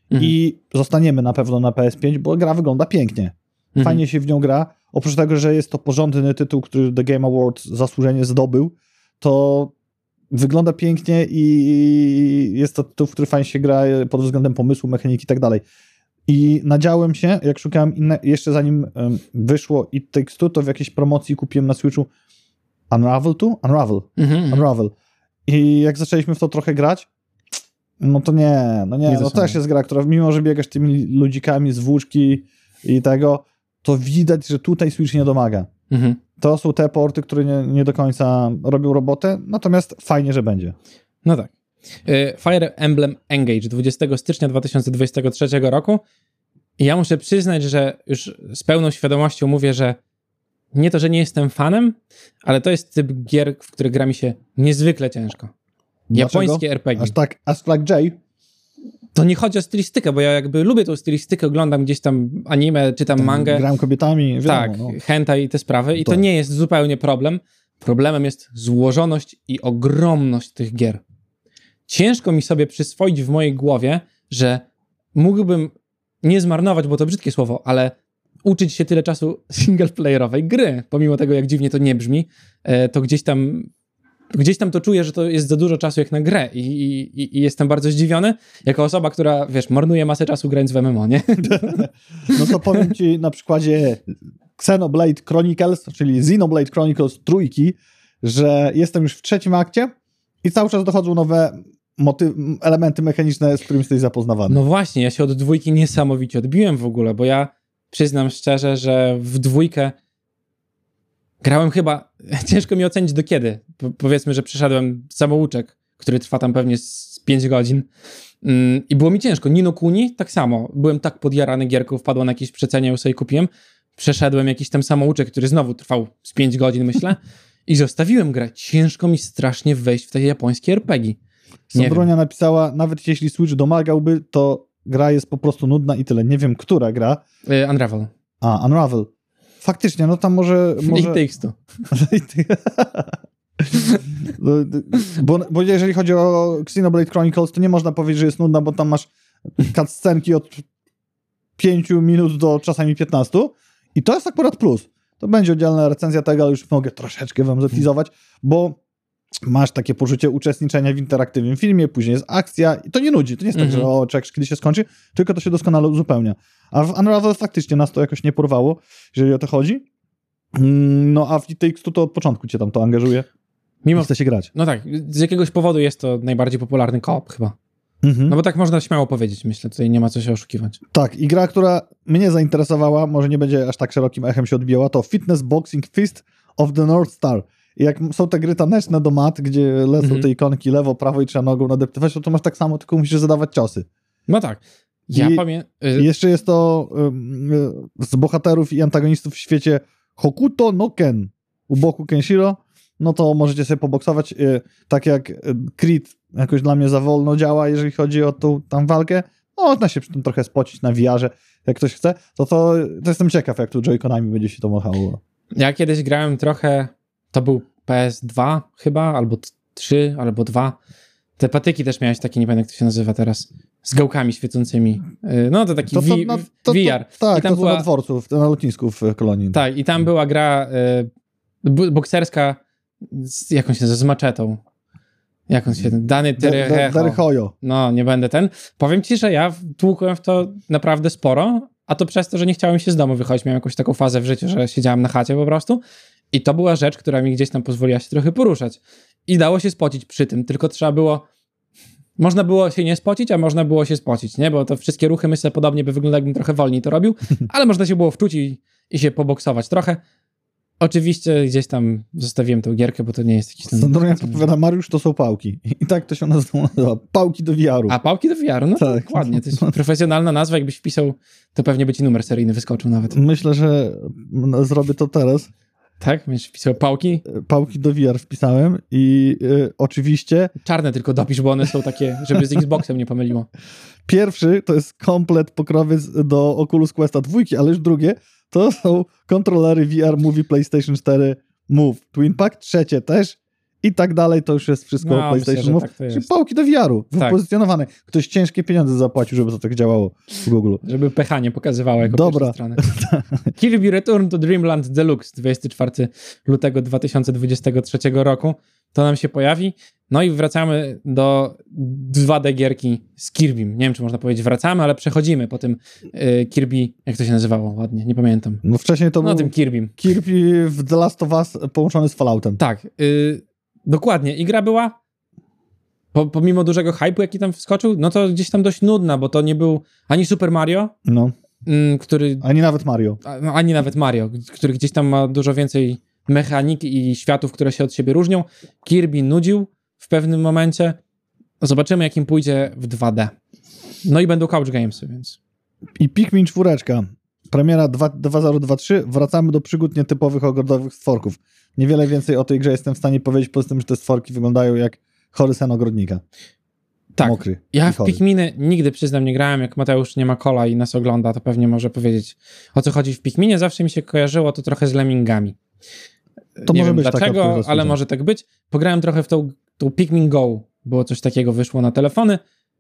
[SPEAKER 2] mhm. i zostaniemy na pewno na P S pięć, bo gra wygląda pięknie. Fajnie mhm. się w nią gra. Oprócz tego, że jest to porządny tytuł, który The Game Awards zasłużenie zdobył, to wygląda pięknie i jest to tytuł, w który fajnie się gra pod względem pomysłu, mechaniki i tak dalej. I nadziałem się, jak szukałem inne, jeszcze zanim um, wyszło It Takes Two, to w jakiejś promocji kupiłem na Switchu Unravel two? Unravel. Mm-hmm. Unravel. I jak zaczęliśmy w to trochę grać, no to nie, no nie, nie to no też jest gra, która mimo, że biegasz tymi ludzikami z włóczki i tego, to widać, że tutaj Switch nie domaga. Mm-hmm. To są te porty, które nie, nie do końca robią robotę, natomiast fajnie, że będzie.
[SPEAKER 1] No tak. Fire Emblem Engage dwudziestego stycznia dwa tysiące dwudziestego trzeciego roku. I ja muszę przyznać, że już z pełną świadomością mówię, że nie to, że nie jestem fanem, ale to jest typ gier, w których gra mi się niezwykle ciężko.
[SPEAKER 2] Dlaczego?
[SPEAKER 1] Japońskie R P G.
[SPEAKER 2] Aż tak, aż tak J?
[SPEAKER 1] To nie chodzi o stylistykę, bo ja jakby lubię tą stylistykę, oglądam gdzieś tam anime, czytam tam mangę.
[SPEAKER 2] Gram kobietami, wiadomo.
[SPEAKER 1] Tak,
[SPEAKER 2] no.
[SPEAKER 1] hentai i te sprawy. I to.
[SPEAKER 2] to
[SPEAKER 1] nie jest zupełnie problem. Problemem jest złożoność i ogromność tych gier. Ciężko mi sobie przyswoić w mojej głowie, że mógłbym nie zmarnować, bo to brzydkie słowo, ale uczyć się tyle czasu singleplayerowej gry, pomimo tego, jak dziwnie to nie brzmi, to gdzieś tam gdzieś tam to czuję, że to jest za dużo czasu jak na grę i, i, i jestem bardzo zdziwiony, jako osoba, która, wiesz, marnuje masę czasu grając w M M O, nie?
[SPEAKER 2] No to powiem ci na przykładzie Xenoblade Chronicles, czyli Xenoblade Chronicles trójki, że jestem już w trzecim akcie i cały czas dochodzą nowe moty- elementy mechaniczne, z którymi jesteś zapoznawany.
[SPEAKER 1] No właśnie, ja się od dwójki niesamowicie odbiłem w ogóle, bo ja przyznam szczerze, że w dwójkę grałem chyba, ciężko mi ocenić do kiedy. Po, powiedzmy, że przeszedłem samouczek, który trwa tam pewnie z pięć godzin mm, i było mi ciężko. Ni no Kuni tak samo. Byłem tak podjarany gierką, wpadła na jakieś przecenie, ją sobie kupiłem. Przeszedłem jakiś tam samouczek, który znowu trwał z pięć godzin, myślę. I zostawiłem grę. Ciężko mi strasznie wejść w te japońskie R P G.
[SPEAKER 2] Sandrunia napisała, nawet jeśli Switch domagałby, to gra jest po prostu nudna i tyle. Nie wiem, która gra.
[SPEAKER 1] Y, Unravel.
[SPEAKER 2] A, Unravel. Faktycznie, no tam może... może...
[SPEAKER 1] I Takes Two.
[SPEAKER 2] bo, bo jeżeli chodzi o Xenoblade Chronicles, to nie można powiedzieć, że jest nudna, bo tam masz cutscenki od pięciu minut do czasami piętnastu i to jest akurat plus. To będzie oddzielna recenzja tego, ale już mogę troszeczkę wam zatizować, bo masz takie poczucie uczestniczenia w interaktywnym filmie, później jest akcja i to nie nudzi. To nie jest mm-hmm. tak, że o, czekaj, kiedy się skończy, tylko to się doskonale uzupełnia. A w Unravel faktycznie nas to jakoś nie porwało, jeżeli o to chodzi. No a w It Takes Two to od początku cię tam to angażuje. Mimo chce się grać.
[SPEAKER 1] No tak, z jakiegoś powodu jest to najbardziej popularny co-op chyba. Mm-hmm. No bo tak można śmiało powiedzieć, myślę, tutaj nie ma co się oszukiwać.
[SPEAKER 2] Tak, i gra, która mnie zainteresowała, może nie będzie aż tak szerokim echem się odbijała, to Fitness Boxing Fist of the North Star. I jak są te gry taneczne do mat, gdzie lecą mm-hmm. te ikonki lewo, prawo i trzeba nogą nadeptywać, to, to masz tak samo, tylko musisz zadawać ciosy.
[SPEAKER 1] No tak. Ja pamiętam...
[SPEAKER 2] Y- jeszcze jest to y- y- z bohaterów i antagonistów w świecie Hokuto no Ken, u boku Kenshiro, no to możecie sobie poboksować. Y- tak jak Creed jakoś dla mnie za wolno działa, jeżeli chodzi o tą tam walkę, no, można się przy tym trochę spocić na V R-ze, jak ktoś chce, to, to, to jestem ciekaw, jak tu Joy-Conami będzie się to machało.
[SPEAKER 1] Ja kiedyś grałem trochę, to był P S dwa chyba, albo trzy, albo dwa. Te patyki też miałeś takie, nie pamiętam jak to się nazywa teraz, z gałkami świecącymi. No to taki to, to, no, to, V R.
[SPEAKER 2] To, tak, I tam to była, na dworcu, na lotnisku w Kolonii.
[SPEAKER 1] Tak, i tam była gra y, bokserska, z, jak on się nazywa, z maczetą. Jak on się... Dany
[SPEAKER 2] Terychojo.
[SPEAKER 1] No, nie będę ten. Powiem ci, że ja tłukłem w to naprawdę sporo, a to przez to, że nie chciałem się z domu wychodzić. Miałem jakąś taką fazę w życiu, że siedziałem na chacie po prostu. I to była rzecz, która mi gdzieś tam pozwoliła się trochę poruszać. I dało się spocić przy tym, tylko trzeba było... Można było się nie spocić, a można było się spocić, nie? Bo to wszystkie ruchy, myślę, podobnie by wyglądały, jakbym trochę wolniej to robił, ale można się było wczuć i, i się poboksować trochę. Oczywiście gdzieś tam zostawiłem tę gierkę, bo to nie jest jakiś... Ten...
[SPEAKER 2] Sandrunia podpowiada, Mariusz, to są pałki. I tak to się nazywa, pałki do V R-u.
[SPEAKER 1] A, pałki do V R-u? No tak. To ładnie, to jest profesjonalna nazwa, jakbyś wpisał, to pewnie by ci numer seryjny wyskoczył nawet.
[SPEAKER 2] Myślę, że zrobię to teraz.
[SPEAKER 1] Tak? Będziesz wpisał pałki?
[SPEAKER 2] Pałki do V R wpisałem i y, oczywiście...
[SPEAKER 1] Czarne tylko dopisz, bo one są takie, żeby z Xboxem nie pomyliło.
[SPEAKER 2] Pierwszy to jest komplet pokrowiec do Oculus Questa dwójki, ale już drugie to są kontrolery V R Movie PlayStation cztery Move Twin Pack. Trzecie też i tak dalej, to już jest wszystko
[SPEAKER 1] No,
[SPEAKER 2] PlayStation
[SPEAKER 1] myślę, że
[SPEAKER 2] Move.
[SPEAKER 1] tak to
[SPEAKER 2] Czyli
[SPEAKER 1] jest.
[SPEAKER 2] pałki do V R-u,
[SPEAKER 1] Tak.
[SPEAKER 2] wypozycjonowane. Ktoś ciężkie pieniądze zapłacił, żeby to tak działało w Google.
[SPEAKER 1] Żeby pecha nie pokazywało jako
[SPEAKER 2] Dobra.
[SPEAKER 1] pierwszej strony. Kirby Return to Dreamland Deluxe dwudziestego czwartego lutego dwa tysiące dwudziestego trzeciego roku. To nam się pojawi. No i wracamy do dwa D gierki z Kirbym. Nie wiem, czy można powiedzieć wracamy, ale przechodzimy po tym y, Kirby, jak to się nazywało ładnie, nie pamiętam.
[SPEAKER 2] No wcześniej to
[SPEAKER 1] No
[SPEAKER 2] był
[SPEAKER 1] tym Kirbym.
[SPEAKER 2] Kirby w The Last of Us połączony z Falloutem.
[SPEAKER 1] Tak, y, dokładnie. I gra była, po, pomimo dużego hype'u, jaki tam wskoczył, no to gdzieś tam dość nudna, bo to nie był ani Super Mario,
[SPEAKER 2] No,
[SPEAKER 1] mm, który,
[SPEAKER 2] ani nawet Mario.
[SPEAKER 1] a- no, ani nawet Mario, który gdzieś tam ma dużo więcej mechaniki i światów, które się od siebie różnią. Kirby nudził w pewnym momencie. Zobaczymy, jak im pójdzie w dwa D. No i będą couch gamesy, więc...
[SPEAKER 2] I Pikmin czwóreczka. Premiera dwa zero dwa trzy. Wracamy do przygód nietypowych ogrodowych stworków. Niewiele więcej o tej grze jestem w stanie powiedzieć, poza tym, że te stworki wyglądają jak chory sen ogrodnika.
[SPEAKER 1] Tak,
[SPEAKER 2] Mokry
[SPEAKER 1] ja
[SPEAKER 2] i
[SPEAKER 1] w
[SPEAKER 2] chory.
[SPEAKER 1] Pikminy nigdy, przyznam, nie grałem. Jak Mateusz nie ma kola i nas ogląda, to pewnie może powiedzieć, o co chodzi w Pikminie. Zawsze mi się kojarzyło to trochę z Lemmingami.
[SPEAKER 2] To
[SPEAKER 1] nie
[SPEAKER 2] może
[SPEAKER 1] wiem
[SPEAKER 2] być taka
[SPEAKER 1] dlaczego,
[SPEAKER 2] odpowiedź
[SPEAKER 1] ale
[SPEAKER 2] zasłużona.
[SPEAKER 1] może tak być. Pograłem trochę w tą, tą Pikmin Go. Było coś takiego, wyszło na telefony.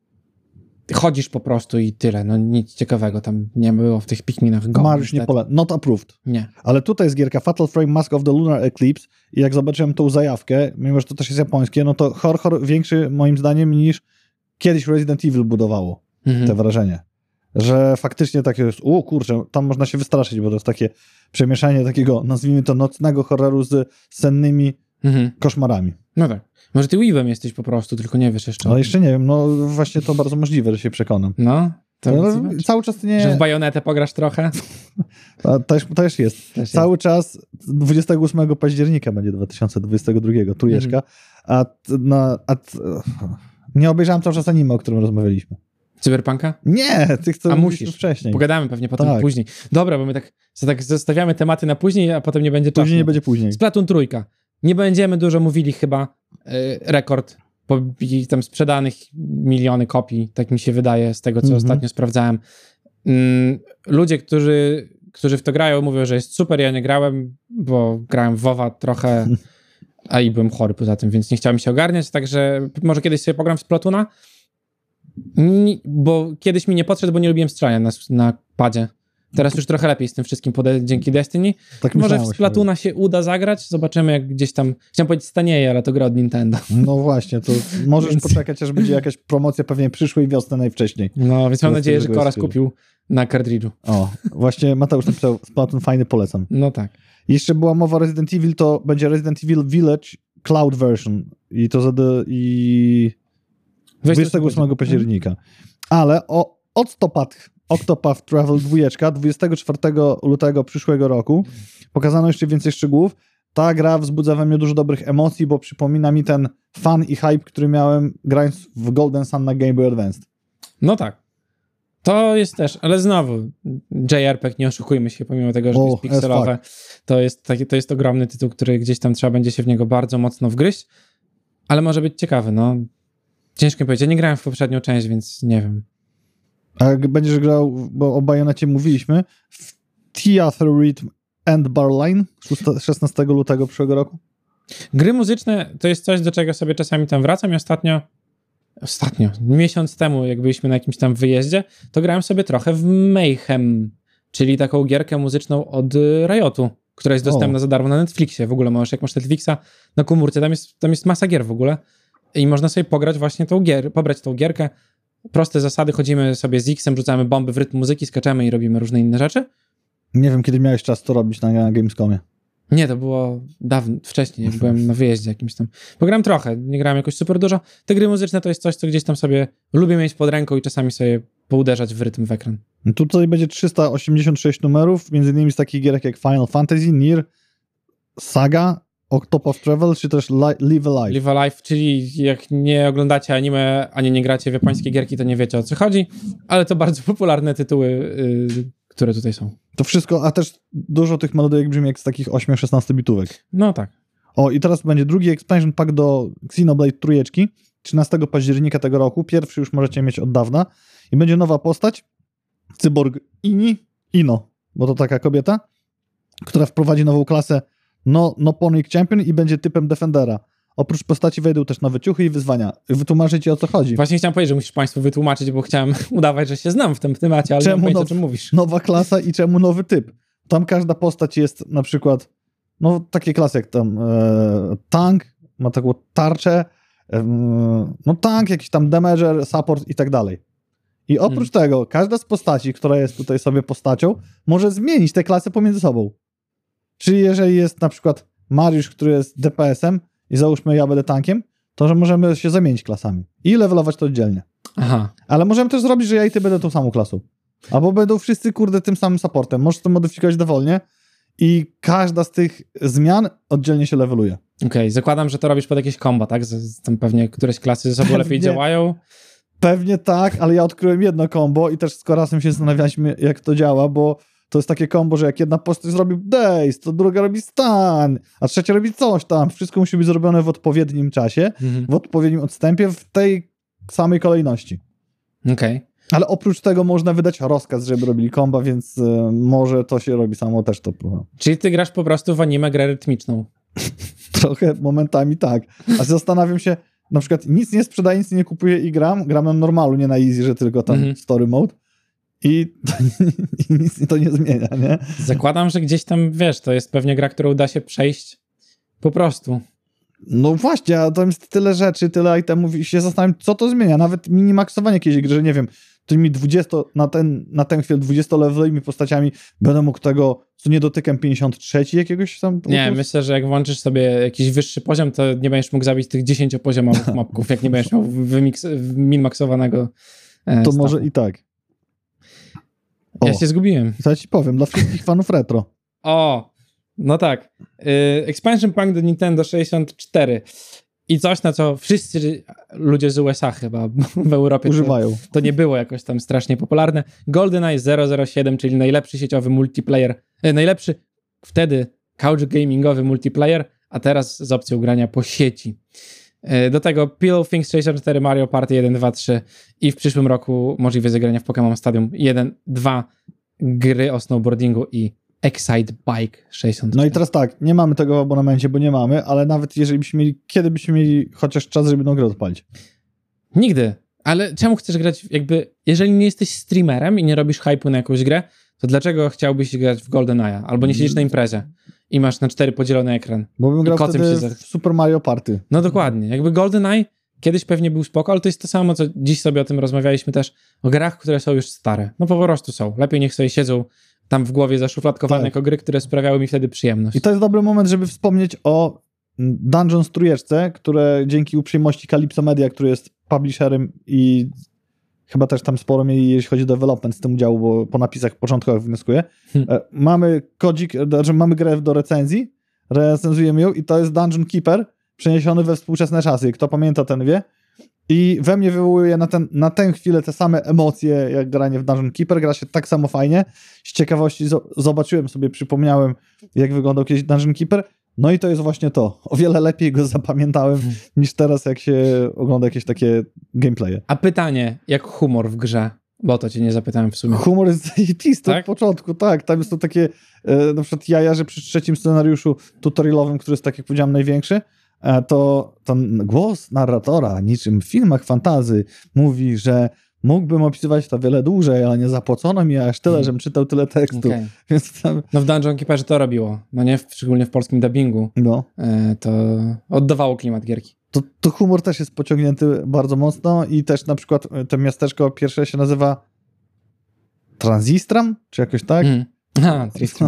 [SPEAKER 1] Chodzisz po prostu i tyle. No nic ciekawego tam nie było w tych Pikminach Go.
[SPEAKER 2] Mariusz nie
[SPEAKER 1] niestety.
[SPEAKER 2] pole. Not approved.
[SPEAKER 1] Nie.
[SPEAKER 2] Ale tutaj jest gierka Fatal Frame Mask of the Lunar Eclipse i jak zobaczyłem tą zajawkę, mimo że to też jest japońskie, no to horror większy moim zdaniem niż kiedyś Resident Evil budowało
[SPEAKER 1] Mhm.
[SPEAKER 2] te wrażenie. Że faktycznie takie jest, o kurczę, tam można się wystraszyć, bo to jest takie przemieszanie takiego, nazwijmy to, nocnego horroru z sennymi
[SPEAKER 1] Mhm.
[SPEAKER 2] koszmarami.
[SPEAKER 1] No tak. Może ty Weavem jesteś po prostu, tylko nie wiesz jeszcze.
[SPEAKER 2] Ale jeszcze nie wiem, no właśnie to bardzo możliwe, że się przekonam.
[SPEAKER 1] No, to
[SPEAKER 2] No,
[SPEAKER 1] zobacz.
[SPEAKER 2] cały czas
[SPEAKER 1] Że w
[SPEAKER 2] nie...
[SPEAKER 1] Bajonetę pograsz trochę?
[SPEAKER 2] To też, też jest.
[SPEAKER 1] Też
[SPEAKER 2] Cały czas dwudziestego ósmego października będzie dwa tysiące dwudziestego drugiego, trójeczka,
[SPEAKER 1] Mhm.
[SPEAKER 2] a, t- na, a t- nie obejrzałem cały czas anime, o którym rozmawialiśmy.
[SPEAKER 1] Cyberpunka?
[SPEAKER 2] Nie, tych, co
[SPEAKER 1] A
[SPEAKER 2] mówiliśmy
[SPEAKER 1] musisz.
[SPEAKER 2] wcześniej.
[SPEAKER 1] Pogadamy pewnie potem
[SPEAKER 2] Tak.
[SPEAKER 1] później. Dobra, bo my tak, so tak zostawiamy tematy na później, a potem nie będzie czasu.
[SPEAKER 2] Później nie będzie później.
[SPEAKER 1] Splatoon trójka. Nie będziemy dużo mówili chyba. Yy, rekord pobi- tam sprzedanych miliony kopii, tak mi się wydaje, z tego co
[SPEAKER 2] Mhm.
[SPEAKER 1] ostatnio sprawdzałem. Ym, ludzie, którzy, którzy w to grają, mówią, że jest super. Ja nie grałem, bo grałem w WoWa trochę, a i byłem chory poza tym, więc nie chciałem się ogarniać, także może kiedyś sobie pogram w Splatoona. Ni- bo kiedyś mi nie podszedł, bo nie lubiłem strzelania na, na padzie. Teraz już trochę lepiej z tym wszystkim pode- dzięki Destiny.
[SPEAKER 2] Tak
[SPEAKER 1] Może
[SPEAKER 2] myślałem
[SPEAKER 1] w
[SPEAKER 2] właśnie.
[SPEAKER 1] Splatoona się uda zagrać, zobaczymy jak gdzieś tam, chciałem powiedzieć stanieje, ale to gra od Nintendo.
[SPEAKER 2] No właśnie, to możesz
[SPEAKER 1] Więc-
[SPEAKER 2] poczekać, aż będzie jakaś promocja pewnie przyszłej wiosny najwcześniej.
[SPEAKER 1] No, więc mam
[SPEAKER 2] To
[SPEAKER 1] nadzieję, że
[SPEAKER 2] tego
[SPEAKER 1] Koras
[SPEAKER 2] jest tyle.
[SPEAKER 1] kupił na kartridżu.
[SPEAKER 2] O, właśnie Mateusz napisał, Splatoon fajny, polecam.
[SPEAKER 1] No tak.
[SPEAKER 2] Jeszcze była mowa o Resident Evil, to będzie Resident Evil Village Cloud Version i to za i dwudziestego ósmego października. Ale o Octopath, Octopath Travel dwa, dwudziestego czwartego lutego przyszłego roku pokazano jeszcze więcej szczegółów. Ta gra wzbudza we mnie dużo dobrych emocji, bo przypomina mi ten fan i hype, który miałem grając w Golden Sun na Game Boy Advance.
[SPEAKER 1] No tak. To jest też, ale znowu J R P G, nie oszukujmy się, pomimo tego, że to
[SPEAKER 2] O,
[SPEAKER 1] jest pikselowe,
[SPEAKER 2] as
[SPEAKER 1] to jest, taki, to jest ogromny tytuł, który gdzieś tam trzeba będzie się w niego bardzo mocno wgryźć, ale może być ciekawy, no. Ciężko mi powiedzieć, ja nie grałem w poprzednią część, więc nie wiem.
[SPEAKER 2] A jak będziesz grał, bo o Bajonecie mówiliśmy, w Theater Rhythm and Barline szesnastego lutego przyszłego roku?
[SPEAKER 1] Gry muzyczne to jest coś, do czego sobie czasami tam wracam i ostatnio, ostatnio, miesiąc temu, jak byliśmy na jakimś tam wyjeździe, to grałem sobie trochę w Mayhem, czyli taką gierkę muzyczną od y, Riotu, która jest dostępna
[SPEAKER 2] O.
[SPEAKER 1] za darmo na Netflixie. W ogóle możesz, jak masz Netflixa na komórce, tam jest, tam jest masa gier w ogóle i można sobie pograć właśnie tą gier, pobrać tą gierkę. Proste zasady, chodzimy sobie z X-em, rzucamy bomby w rytm muzyki, skaczemy i robimy różne inne rzeczy.
[SPEAKER 2] Nie wiem, kiedy miałeś czas to robić na Gamescomie.
[SPEAKER 1] Nie, to było dawno, wcześniej, jak byłem na wyjeździe jakimś tam. Pogram trochę, nie grałem jakoś super dużo. Te gry muzyczne to jest coś, co gdzieś tam sobie lubię mieć pod ręką i czasami sobie pouderzać w rytm w ekran.
[SPEAKER 2] Tutaj będzie trzysta osiemdziesiąt sześć numerów, między innymi z takich gierek jak Final Fantasy, Nier, Saga, Octopath Travel, czy też Li- Live Alive.
[SPEAKER 1] Live Alive, czyli jak nie oglądacie anime, ani nie gracie w japońskie gierki, to nie wiecie o co chodzi, ale to bardzo popularne tytuły, yy, które tutaj są.
[SPEAKER 2] To wszystko, a też dużo tych melodyjek brzmi jak z takich osiem szesnaście bitówek.
[SPEAKER 1] No tak.
[SPEAKER 2] O, i teraz będzie drugi expansion pack do Xenoblade trójeczki, trzynastego października tego roku. Pierwszy już możecie mieć od dawna. I będzie nowa postać, cyborg Ini, Ino, bo to taka kobieta, która wprowadzi nową klasę no, no Ponic Champion i będzie typem Defendera. oprócz postaci wejdą też nowe ciuchy i wyzwania. Wytłumaczę ci, o co chodzi.
[SPEAKER 1] Właśnie chciałem powiedzieć, że musisz państwu wytłumaczyć, bo chciałem udawać, że się znam w tym temacie, ale czemu nie wiem, o czym mówisz.
[SPEAKER 2] Nowa klasa i czemu nowy typ? Tam każda postać jest na przykład, no takie klasy jak tam e, tank, ma taką tarczę, e, no tank, jakiś tam damager, support i tak dalej. I oprócz hmm. tego, każda z postaci, która jest tutaj sobie postacią, może zmienić te klasy pomiędzy sobą. Czyli jeżeli jest na przykład Mariusz, który jest D P S-em i załóżmy ja będę tankiem, to że możemy się zamienić klasami i levelować to oddzielnie.
[SPEAKER 1] Aha.
[SPEAKER 2] Ale możemy też zrobić, że ja i ty będę tą samą klasą. Albo będą wszyscy, kurde, tym samym supportem. Możesz to modyfikować dowolnie i każda z tych zmian oddzielnie się leveluje.
[SPEAKER 1] Okej, okay, zakładam, że to robisz pod jakieś combo, tak? Z, tam pewnie któreś klasy ze sobą pewnie, lepiej działają.
[SPEAKER 2] Pewnie tak, ale ja odkryłem jedno combo i też z Korasem się zastanawialiśmy, jak to działa, bo to jest takie combo, że jak jedna postać zrobi daze, to druga robi stun, a trzecia robi coś tam. Wszystko musi być zrobione w odpowiednim czasie, mhm. w odpowiednim odstępie, w tej samej kolejności.
[SPEAKER 1] Okej. Okay.
[SPEAKER 2] Ale oprócz tego można wydać rozkaz, żeby robili komba, więc y, może to się robi samo też to.
[SPEAKER 1] Czyli ty grasz po prostu w anime grę rytmiczną.
[SPEAKER 2] Trochę momentami tak. A zastanawiam się, na przykład nic nie sprzedaję, nic nie kupuję i gram. Gram na normalu, nie na easy, że tylko tam mhm. story mode. I, to, i nic to nie zmienia, nie?
[SPEAKER 1] Zakładam, że gdzieś tam, wiesz, to jest pewnie gra, którą da się przejść po prostu.
[SPEAKER 2] No właśnie, a tam jest tyle rzeczy, tyle itemów i się zastanawiam, co to zmienia. Nawet minimaksowanie jakiejś gry, że nie wiem, tymi dwudziestu, na ten, na ten chwilę dwudziestolevelowymi postaciami będę mógł tego, co nie dotykam, pięćdziesiąt trzy jakiegoś tam...
[SPEAKER 1] Nie, myślę, że jak włączysz sobie jakiś wyższy poziom, to nie będziesz mógł zabić tych dziesięciopoziomowych mobków, jak nie będziesz miał minmaksowanego e,
[SPEAKER 2] To
[SPEAKER 1] stawu.
[SPEAKER 2] może i tak.
[SPEAKER 1] O, ja się zgubiłem.
[SPEAKER 2] To ja ci powiem, dla wszystkich fanów retro.
[SPEAKER 1] O, no tak. Y, Expansion Pack do Nintendo sześćdziesiąt cztery. I coś, na co wszyscy ludzie z U S A chyba w Europie
[SPEAKER 2] używają.
[SPEAKER 1] To, to nie było jakoś tam strasznie popularne. GoldenEye zero zero siedem, czyli najlepszy sieciowy multiplayer, e, najlepszy wtedy couch gamingowy multiplayer, a teraz z opcją grania po sieci. E, do tego Pillow Things sześćdziesiąt cztery, Mario Party jeden, dwa, trzy i w przyszłym roku możliwe zagrania w Pokémon Stadium jeden, dwa, gry o snowboardingu i Excite Bike sześćdziesiąt cztery.
[SPEAKER 2] No i teraz tak, nie mamy tego w abonamencie, bo nie mamy, ale nawet jeżeli byśmy mieli, kiedy byśmy mieli chociaż czas, żeby tą grę odpalić?
[SPEAKER 1] Nigdy. Ale czemu chcesz grać, jakby, jeżeli nie jesteś streamerem i nie robisz hype'u na jakąś grę, to dlaczego chciałbyś grać w GoldenEye? Albo nie siedzisz na imprezie i masz na cztery podzielony ekran.
[SPEAKER 2] Bo bym grał wtedy
[SPEAKER 1] się za...
[SPEAKER 2] w Super Mario Party.
[SPEAKER 1] No dokładnie. Jakby GoldenEye kiedyś pewnie był spoko, ale to jest to samo, co dziś sobie o tym rozmawialiśmy też, o grach, które są już stare. No po prostu są. Lepiej niech sobie siedzą tam w głowie zaszufladkowane tak. jako gry, które sprawiały mi wtedy przyjemność.
[SPEAKER 2] I to jest dobry moment, żeby wspomnieć o Dungeons trójeczce, które dzięki uprzejmości Calypso Media, który jest publisherem i chyba też tam sporo mieli, jeśli chodzi o development z tym udziału, bo po napisach początkowych wnioskuję. Hmm. Mamy kodzik, znaczy mamy grę do recenzji, recenzujemy ją i to jest Dungeon Keeper przeniesiony we współczesne czasy. Kto pamięta, ten wie. I we mnie wywołuje na, ten, na tę chwilę te same emocje, jak granie w Dungeon Keeper. Gra się tak samo fajnie. Z ciekawości zobaczyłem sobie, przypomniałem, jak wyglądał kiedyś Dungeon Keeper. No i to jest właśnie to. O wiele lepiej go zapamiętałem hmm. niż teraz, jak się ogląda jakieś takie gameplaye.
[SPEAKER 1] A pytanie, jak humor w grze? Bo to cię nie zapytałem w sumie.
[SPEAKER 2] Humor jest zajebisty tak? od początku, tak. Tam są takie, e, na przykład jaja, że przy trzecim scenariuszu tutorialowym, który jest, tak jak powiedziałem, największy, e, to ten głos narratora, niczym w filmach fantasy, mówi, że mógłbym opisywać to wiele dłużej, ale nie zapłacono mi aż tyle, żebym czytał tyle tekstu. Okay. Więc tam...
[SPEAKER 1] No w Dungeon Keeperze to robiło. No nie, szczególnie w polskim dubbingu.
[SPEAKER 2] No.
[SPEAKER 1] E, to oddawało klimat gierki.
[SPEAKER 2] To, to humor też jest pociągnięty bardzo mocno i też na przykład to miasteczko pierwsze się nazywa Transistram, czy jakoś tak? Mm.
[SPEAKER 1] A, Tristram.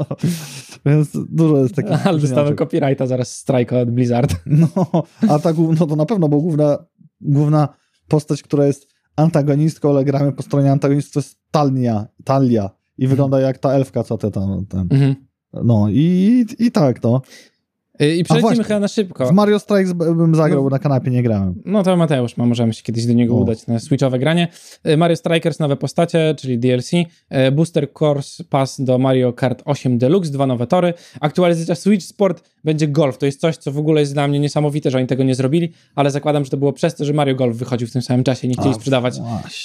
[SPEAKER 2] Więc dużo jest takich...
[SPEAKER 1] Ale dostałem copyrighta, zaraz strajka od Blizzard.
[SPEAKER 2] No, a ta no to na pewno, bo główna, główna postać, która jest antagonistką, ale gramy po stronie antagonistów, to jest Talia, Talia i mm. wygląda jak ta elfka, co ty tam... Ten. Mm-hmm. No i, i tak, no.
[SPEAKER 1] I przelecimy chyba na szybko.
[SPEAKER 2] W Mario Strikes bym zagrał, no, bo na kanapie nie grałem.
[SPEAKER 1] No to Mateusz, ma, możemy się kiedyś do niego o. udać na switchowe granie. Mario Strikers, nowe postacie, czyli D L C. Booster Course Pass do Mario Kart osiem Deluxe, dwa nowe tory. Aktualizacja Switch Sport będzie golf. To jest coś, co w ogóle jest dla mnie niesamowite, że oni tego nie zrobili, ale zakładam, że to było przez to, że Mario Golf wychodził w tym samym czasie. Nie chcieli A, sprzedawać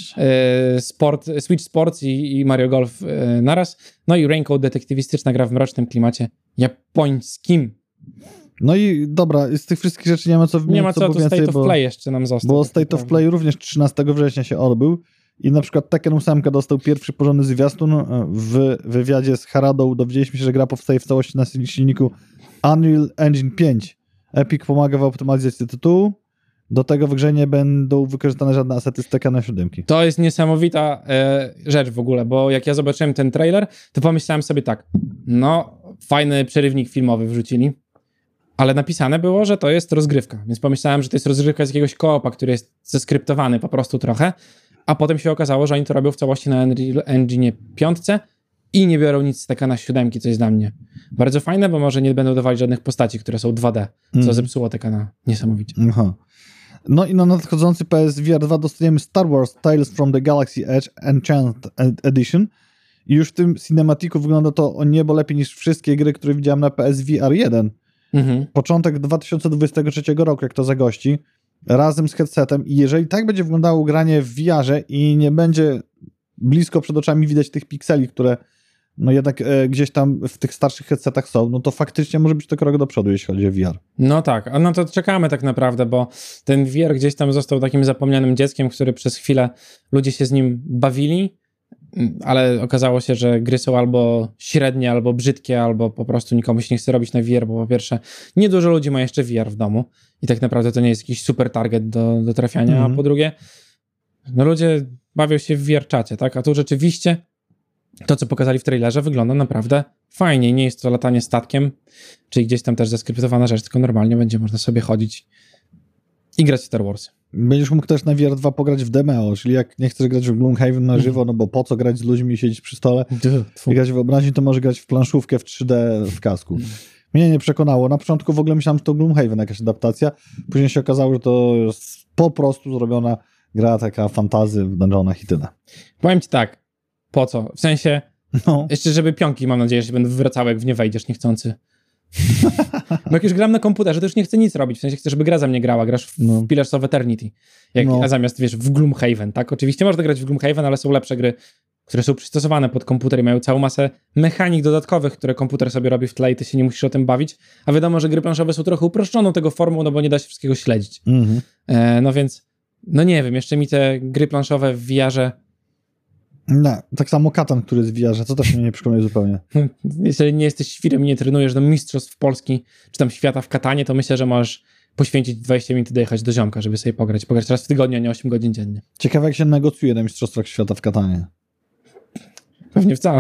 [SPEAKER 1] e, sport, Switch Sports i, i Mario Golf e, naraz. No i Raincoat, detektywistyczna gra w mrocznym klimacie japońskim.
[SPEAKER 2] No i dobra, z tych wszystkich rzeczy nie ma co wymienić.
[SPEAKER 1] Nie ma co,
[SPEAKER 2] co
[SPEAKER 1] tu
[SPEAKER 2] więcej,
[SPEAKER 1] State of
[SPEAKER 2] bo,
[SPEAKER 1] Play jeszcze nam został.
[SPEAKER 2] Bo
[SPEAKER 1] tak
[SPEAKER 2] State
[SPEAKER 1] naprawdę.
[SPEAKER 2] of Play również trzynastego września się odbył i na przykład Tekken osiem dostał pierwszy porządny zwiastun. W wywiadzie z Haradą dowiedzieliśmy się, że gra powstaje w całości na silniku Unreal Engine pięć. Epic pomaga w optymalizacji tytułu. Do tego w grze nie będą wykorzystane żadne asety z Tekkena siedem.
[SPEAKER 1] To jest niesamowita e, rzecz w ogóle, bo jak ja zobaczyłem ten trailer, to pomyślałem sobie tak, no fajny przerywnik filmowy wrzucili, ale napisane było, że to jest rozgrywka, więc pomyślałem, że to jest rozgrywka z jakiegoś koopa, który jest zeskryptowany po prostu trochę, a potem się okazało, że oni to robią w całości na Unreal Engine pięć i nie biorą nic z Tekkena siedem, co jest dla mnie bardzo fajne, bo może nie będą dawali żadnych postaci, które są dwa D, co mm. zepsuło Tekkena niesamowicie.
[SPEAKER 2] Aha. No i na nadchodzący P S V R dwa dostaniemy Star Wars Tales from the Galaxy Edge Enchanted Edition i już w tym cinematiku wygląda to o niebo lepiej niż wszystkie gry, które widziałem na P S V R jeden. Mhm. Początek dwa tysiące dwudziestego trzeciego roku, jak to zagości, razem z headsetem i jeżeli tak będzie wyglądało granie w V R-ze i nie będzie blisko przed oczami widać tych pikseli, które no jednak e, gdzieś tam w tych starszych headsetach są, no to faktycznie może być to krok do przodu, jeśli chodzi o V R.
[SPEAKER 1] No tak, a no to czekamy tak naprawdę, bo ten V R gdzieś tam został takim zapomnianym dzieckiem, który przez chwilę ludzie się z nim bawili, ale okazało się, że gry są albo średnie, albo brzydkie, albo po prostu nikomu się nie chce robić na V R, bo po pierwsze niedużo ludzi ma jeszcze V R w domu i tak naprawdę to nie jest jakiś super target do, do trafiania, mm. a po drugie no ludzie bawią się w V R-czacie, tak, a tu rzeczywiście to, co pokazali w trailerze, wygląda naprawdę fajnie. Nie jest to latanie statkiem, czyli gdzieś tam też zeskryptowana rzecz, tylko normalnie będzie można sobie chodzić i grać w Star Wars.
[SPEAKER 2] Będziesz mógł też na V R dwa pograć w Demeo, czyli jak nie chcesz grać w Gloomhaven na żywo, no bo po co grać z ludźmi i siedzieć przy stole i grać w wyobraźni, to może grać w planszówkę w trzy D w kasku. Mnie nie przekonało. Na początku w ogóle myślałem, że to Gloomhaven jakaś adaptacja. Później się okazało, że to jest po prostu zrobiona gra taka fantazy w dungeonach i tyle.
[SPEAKER 1] Powiem ci tak, po co? W sensie, no. Jeszcze żeby pionki, mam nadzieję, że będą wywracały, jak w nie wejdziesz niechcący. Bo jak już gram na komputerze, to już nie chcę nic robić. W sensie chcę, żeby gra za mnie grała. Grasz w no. Pillars of Eternity. Jak, no. A zamiast, wiesz, w Gloomhaven, tak? Oczywiście można grać w Gloomhaven, ale są lepsze gry, które są przystosowane pod komputer i mają całą masę mechanik dodatkowych, które komputer sobie robi w tle i ty się nie musisz o tym bawić. A wiadomo, że gry planszowe są trochę uproszczoną tego formą, no bo nie da się wszystkiego śledzić. Mm-hmm. E, no więc, no nie wiem, jeszcze mi te gry planszowe w V R-ze
[SPEAKER 2] No, tak samo Katan, który jest w V R-ze, to też mnie nie przekonuje zupełnie.
[SPEAKER 1] Jeżeli nie jesteś świrem i nie trenujesz do mistrzostw Polski, czy tam świata w Katanie, to myślę, że możesz poświęcić dwadzieścia minut i dojechać do ziomka, żeby sobie pograć. Pograć raz w tygodniu, a nie osiem godzin dziennie.
[SPEAKER 2] Ciekawe, jak się negocjuje na mistrzostwach świata w Katanie.
[SPEAKER 1] Pewnie wcale.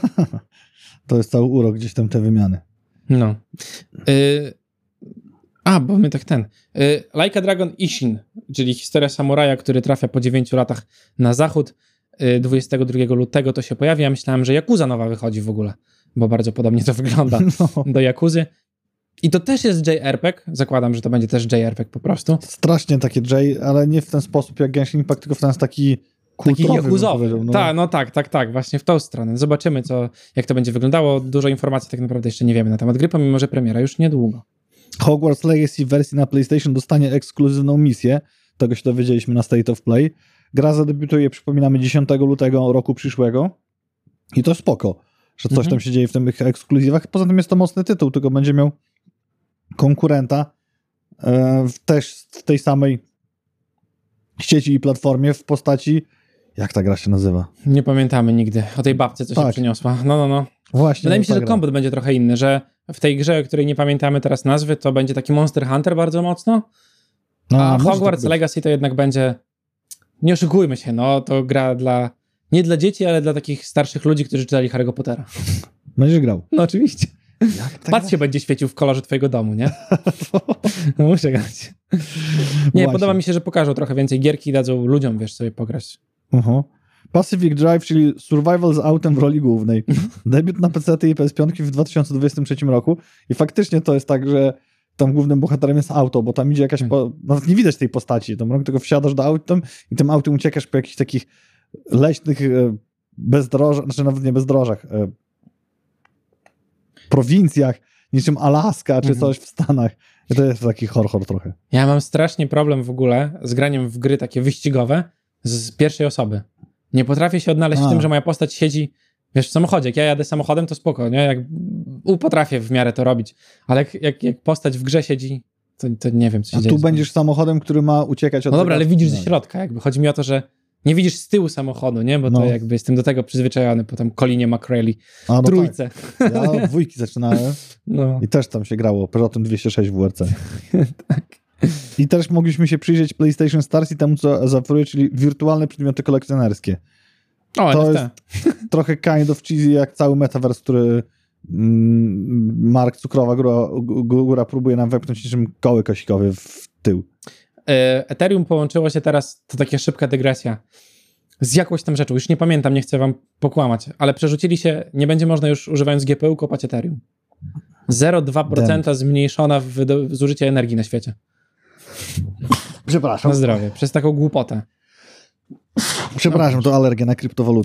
[SPEAKER 2] To jest cały urok gdzieś tam te wymiany.
[SPEAKER 1] No. Y- A, bo my tak ten. Y- Like a Dragon Ishin, czyli historia samuraja, który trafia po dziewięciu latach na zachód. dwudziestego drugiego lutego to się pojawi. Ja myślałem, że Yakuza nowa wychodzi w ogóle, bo bardzo podobnie to wygląda no. do Yakuzy. I to też jest J R P G. Zakładam, że to będzie też J R P G po prostu.
[SPEAKER 2] Strasznie takie J, ale nie w ten sposób jak Genshin Impact, tylko w ten taki kulturowy.
[SPEAKER 1] Taki jakuzowy. No. Ta, no tak, tak, tak. Właśnie w tą stronę. Zobaczymy, co, jak to będzie wyglądało. Dużo informacji tak naprawdę jeszcze nie wiemy na temat gry, pomimo że premiera już niedługo.
[SPEAKER 2] Hogwarts Legacy w wersji na PlayStation dostanie ekskluzywną misję. Tego się dowiedzieliśmy na State of Play. Gra zadebiutuje, przypominamy, dziesiątego lutego roku przyszłego. I to spoko, że coś mhm. tam się dzieje w tych ekskluzywach. Poza tym jest to mocny tytuł, tylko będzie miał konkurenta e, w też w tej samej sieci i platformie w postaci... Jak ta gra się nazywa?
[SPEAKER 1] Nie pamiętamy nigdy. O tej babce, co tak. się przyniosła. No, no, no.
[SPEAKER 2] Właśnie.
[SPEAKER 1] Wydaje mi się, że
[SPEAKER 2] gra.
[SPEAKER 1] kombat będzie trochę inny, że w tej grze, o której nie pamiętamy teraz nazwy, to będzie taki Monster Hunter bardzo mocno, no, a Hogwarts tak Legacy to jednak będzie... Nie oszukujmy się, no to gra dla, nie dla dzieci, ale dla takich starszych ludzi, którzy czytali Harry'ego Pottera.
[SPEAKER 2] Będziesz grał.
[SPEAKER 1] No oczywiście. Patrz się będzie świecił w kolorze twojego domu, nie? No muszę grać. Nie, Właśnie. Podoba mi się, że pokażą trochę więcej gierki i dadzą ludziom, wiesz, sobie pograć.
[SPEAKER 2] Uh-huh. Pacific Drive, czyli survival z autem w roli głównej. Debiut na P C i P S pięć w dwa tysiące dwudziestym trzecim roku i faktycznie to jest tak, że tam głównym bohaterem jest auto, bo tam idzie jakaś... Po... Nawet nie widać tej postaci. Tam tylko wsiadasz do auta i tym autem uciekasz po jakichś takich leśnych bezdrożach, znaczy nawet nie bezdrożach, prowincjach, niczym Alaska czy mhm. coś w Stanach. I to jest taki horror trochę.
[SPEAKER 1] Ja mam strasznie problem w ogóle z graniem w gry takie wyścigowe z pierwszej osoby. Nie potrafię się odnaleźć A. w tym, że moja postać siedzi Wiesz, w samochodzie, jak ja jadę samochodem, to spoko, nie? Jak potrafię w miarę to robić, ale jak, jak, jak postać w grze siedzi, to, to nie wiem, co się
[SPEAKER 2] A
[SPEAKER 1] dzieje.
[SPEAKER 2] tu będziesz samochodem, który ma uciekać od...
[SPEAKER 1] No dobra, ale widzisz ze
[SPEAKER 2] no.
[SPEAKER 1] środka, jakby. Chodzi mi o to, że nie widzisz z tyłu samochodu, nie? Bo to
[SPEAKER 2] No.
[SPEAKER 1] jakby jestem do tego przyzwyczajony po tam Colinie McRae,
[SPEAKER 2] A, no
[SPEAKER 1] trójce.
[SPEAKER 2] Tak. Ja dwójki zaczynałem
[SPEAKER 1] No.
[SPEAKER 2] i też tam się grało, Peugeotem dwieście sześć W R C.
[SPEAKER 1] Tak.
[SPEAKER 2] I też mogliśmy się przyjrzeć PlayStation Stars i temu, co zaoferuje, czyli wirtualne przedmioty kolekcjonerskie.
[SPEAKER 1] O,
[SPEAKER 2] To
[SPEAKER 1] N F
[SPEAKER 2] jest
[SPEAKER 1] T.
[SPEAKER 2] trochę kind of cheesy, jak cały metaverse, który mm, Mark Cukrowa góra, góra próbuje nam wepchnąć niczym koły kosikowe w tył.
[SPEAKER 1] Ethereum połączyło się teraz, to taka szybka dygresja, z jakąś tam rzeczą. Już nie pamiętam, nie chcę wam pokłamać, ale przerzucili się, nie będzie można już używając G P U kopać Ethereum. zero przecinek dwa procent zmniejszona w zużycie energii na świecie.
[SPEAKER 2] Przepraszam.
[SPEAKER 1] Na zdrowie. Przez taką głupotę.
[SPEAKER 2] Przepraszam, to alergia na kryptowaluty.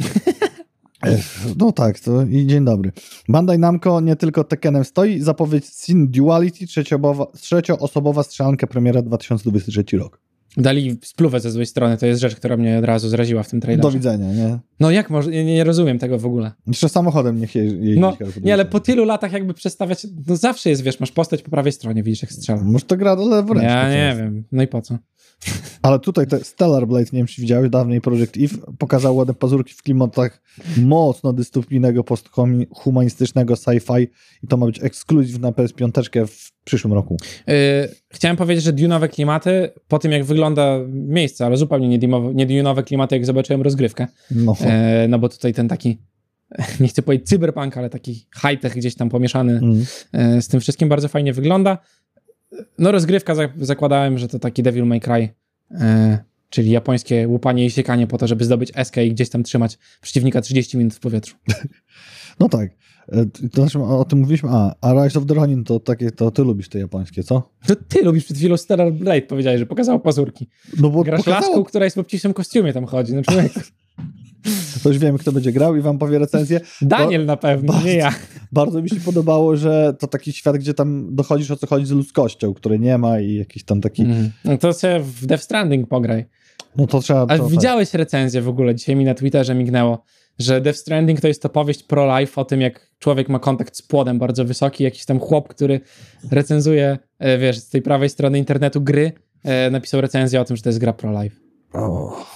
[SPEAKER 2] No tak, to i dzień dobry. Bandai Namco nie tylko Tekkenem stoi, zapowiedź Sin Duality, trzecioosobowa strzelanka, premiera dwa tysiące dwudziesty trzeci rok.
[SPEAKER 1] Dali spluwę ze złej strony, to jest rzecz, która mnie od razu zraziła w tym trailerze.
[SPEAKER 2] Do widzenia, nie?
[SPEAKER 1] No jak może, nie, nie rozumiem tego w ogóle.
[SPEAKER 2] Jeszcze samochodem niech jeździ.
[SPEAKER 1] No, nie, ale po tylu latach jakby przestawiać, no zawsze jest, wiesz, masz postać po prawej stronie, widzisz jak strzela.
[SPEAKER 2] Może to gra do leworęcznego.
[SPEAKER 1] Ja nie wiem, no i po co?
[SPEAKER 2] Ale tutaj te Stellar Blade, nie wiem czy widziałeś, dawniej Project Eve pokazał ładne pazurki w klimatach mocno dystopijnego, posthumanistycznego sci-fi i to ma być ekskluzyw na P S pięć w przyszłym roku.
[SPEAKER 1] Yy, chciałem powiedzieć, że dune'owe klimaty, po tym jak wygląda miejsce, ale zupełnie nie, dune'owe, nie dune'owe klimaty, jak zobaczyłem rozgrywkę.
[SPEAKER 2] No.
[SPEAKER 1] Yy, no bo tutaj ten taki, nie chcę powiedzieć cyberpunk, ale taki high-tech gdzieś tam pomieszany
[SPEAKER 2] Mm.
[SPEAKER 1] yy, z tym wszystkim bardzo fajnie wygląda. No rozgrywka, za, zakładałem, że to taki Devil May Cry, yy, czyli japońskie łupanie i siekanie po to, żeby zdobyć eskę i gdzieś tam trzymać przeciwnika trzydzieści minut w powietrzu.
[SPEAKER 2] No tak. To znaczy, o tym mówiliśmy. A, a Rise of the Ronin to takie, to ty lubisz te japońskie, co?
[SPEAKER 1] To ty lubisz przed chwilą Stellar Blade, powiedziałeś, że pokazało pazurki.
[SPEAKER 2] No bo
[SPEAKER 1] Grasz
[SPEAKER 2] pokazało...
[SPEAKER 1] laską, która jest w obcisłym kostiumie tam chodzi. No człowiek.
[SPEAKER 2] To już wiemy, kto będzie grał i wam powie recenzję.
[SPEAKER 1] Daniel bo... na pewno,
[SPEAKER 2] bardzo,
[SPEAKER 1] nie ja.
[SPEAKER 2] Bardzo mi się podobało, że to taki świat, gdzie tam dochodzisz o co chodzi z ludzkością, której nie ma i jakiś tam taki...
[SPEAKER 1] Mm. No to sobie w Death Stranding pograj.
[SPEAKER 2] No to trzeba...
[SPEAKER 1] Ale
[SPEAKER 2] to,
[SPEAKER 1] widziałeś tak. recenzję w ogóle, dzisiaj mi na Twitterze mignęło, że Death Stranding to jest opowieść pro-life o tym, jak człowiek ma kontakt z płodem bardzo wysoki, jakiś tam chłop, który recenzuje, wiesz, z tej prawej strony internetu gry, napisał recenzję o tym, że to jest gra pro-life.
[SPEAKER 2] Oh.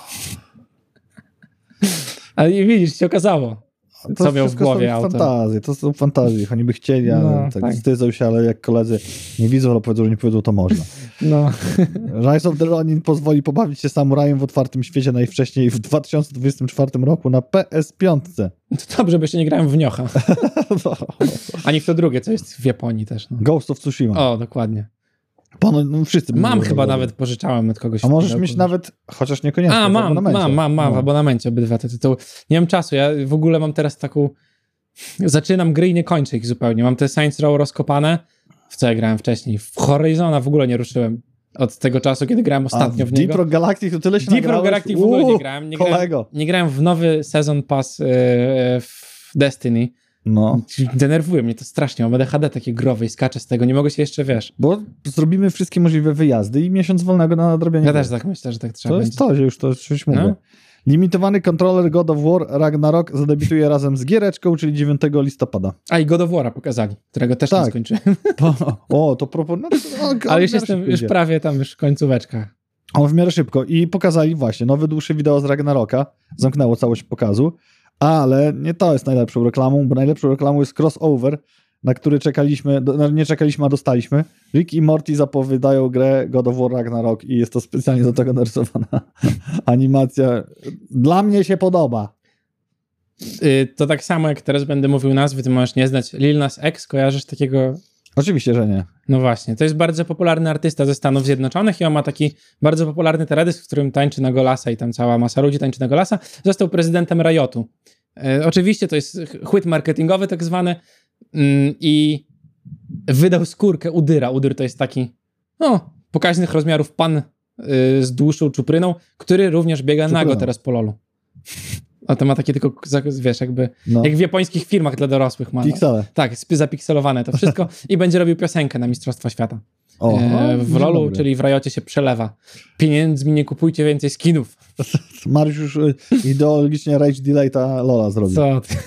[SPEAKER 1] Ale widzisz, się okazało.
[SPEAKER 2] To
[SPEAKER 1] co miał w głowie autor.
[SPEAKER 2] Fantazje, to są fantazje. Oni by chcieli, ale
[SPEAKER 1] no,
[SPEAKER 2] tak,
[SPEAKER 1] tak.
[SPEAKER 2] wstydzą się, ale jak koledzy nie widzą, ale powiedzą, że nie powiedzą, to można.
[SPEAKER 1] No.
[SPEAKER 2] Rise of the Ronin pozwoli pobawić się samurajem w otwartym świecie najwcześniej w dwa tysiące dwudziestym czwartym roku na P S pięć.
[SPEAKER 1] To dobrze, bo jeszcze nie grałem w Niocha.
[SPEAKER 2] no.
[SPEAKER 1] Ani w to drugie, co jest w Japonii też. No.
[SPEAKER 2] Ghost of Tsushima.
[SPEAKER 1] O, dokładnie.
[SPEAKER 2] Pano, no wszyscy
[SPEAKER 1] mam chyba dobrze. Nawet, pożyczałem od kogoś.
[SPEAKER 2] A możesz mieć nawet, chociaż niekoniecznie
[SPEAKER 1] A, mam, mam, mam, mam
[SPEAKER 2] no.
[SPEAKER 1] w abonamencie obydwa te tytuły. Nie mam czasu, ja w ogóle mam teraz taką... Zaczynam gry i nie kończę ich zupełnie. Mam te Saints Row rozkopane, w co ja grałem wcześniej. W Horizona w ogóle nie ruszyłem od tego czasu, kiedy grałem ostatnio
[SPEAKER 2] A, w
[SPEAKER 1] w niego.
[SPEAKER 2] Deep Rock Galactic to tyle się
[SPEAKER 1] Deep Rock Galactic w ogóle nie grałem. Nie grałem, nie grałem w nowy Season Pass yy, w Destiny.
[SPEAKER 2] No.
[SPEAKER 1] Denerwuje mnie to strasznie. Mam A D H D takie growe i skaczę z tego. Nie mogę się jeszcze, wiesz...
[SPEAKER 2] Bo zrobimy wszystkie możliwe wyjazdy i miesiąc wolnego na nadrobienie.
[SPEAKER 1] Ja też tak myślę, że tak trzeba
[SPEAKER 2] To
[SPEAKER 1] będzie.
[SPEAKER 2] jest to, że już to coś mówię.
[SPEAKER 1] No.
[SPEAKER 2] Limitowany kontroler God of War Ragnarok zadebiutuje razem z giereczką, czyli dziewiątego listopada.
[SPEAKER 1] A i God of War'a pokazali, którego też
[SPEAKER 2] tak.
[SPEAKER 1] nie skończyłem.
[SPEAKER 2] O, to proponuję. No,
[SPEAKER 1] ale już jestem już prawie tam już końcóweczka.
[SPEAKER 2] On w miarę szybko. I pokazali właśnie nowe, dłuższe wideo z Ragnaroka. Zamknęło całość pokazu. Ale nie to jest najlepszą reklamą, bo najlepszą reklamą jest crossover, na który czekaliśmy, no nie czekaliśmy, a dostaliśmy. Rick i Morty zapowiadają grę God of War Ragnarok i jest to specjalnie do tego narysowana animacja. Dla mnie się podoba.
[SPEAKER 1] Yy, to tak samo jak teraz będę mówił nazwy, ty możesz nie znać. Lil Nas X, kojarzysz takiego?
[SPEAKER 2] Oczywiście, że nie.
[SPEAKER 1] No właśnie, to jest bardzo popularny artysta ze Stanów Zjednoczonych i on ma taki bardzo popularny teledysk, w którym tańczy na golasa i tam cała masa ludzi tańczy na golasa. Został prezydentem Riotu. Yy, oczywiście to jest chwyt marketingowy tak zwany yy, i wydał skórkę Udyra. Udyr to jest taki no, pokaźnych rozmiarów pan yy, z dłuższą czupryną, który również biega Czupryną. nago teraz po lolu. A to ma takie tylko, wiesz, jakby, no. jak w japońskich filmach dla dorosłych ma.
[SPEAKER 2] Piksele.
[SPEAKER 1] Tak, zapikselowane to wszystko i będzie robił piosenkę na Mistrzostwa Świata.
[SPEAKER 2] O,
[SPEAKER 1] e, w
[SPEAKER 2] dzień
[SPEAKER 1] lolu,
[SPEAKER 2] dobry.
[SPEAKER 1] czyli w Riocie się przelewa. Pieniędzmi nie kupujcie więcej skinów.
[SPEAKER 2] Mariusz już y, ideologicznie rage delay-ta Lola zrobił.
[SPEAKER 1] Co ty?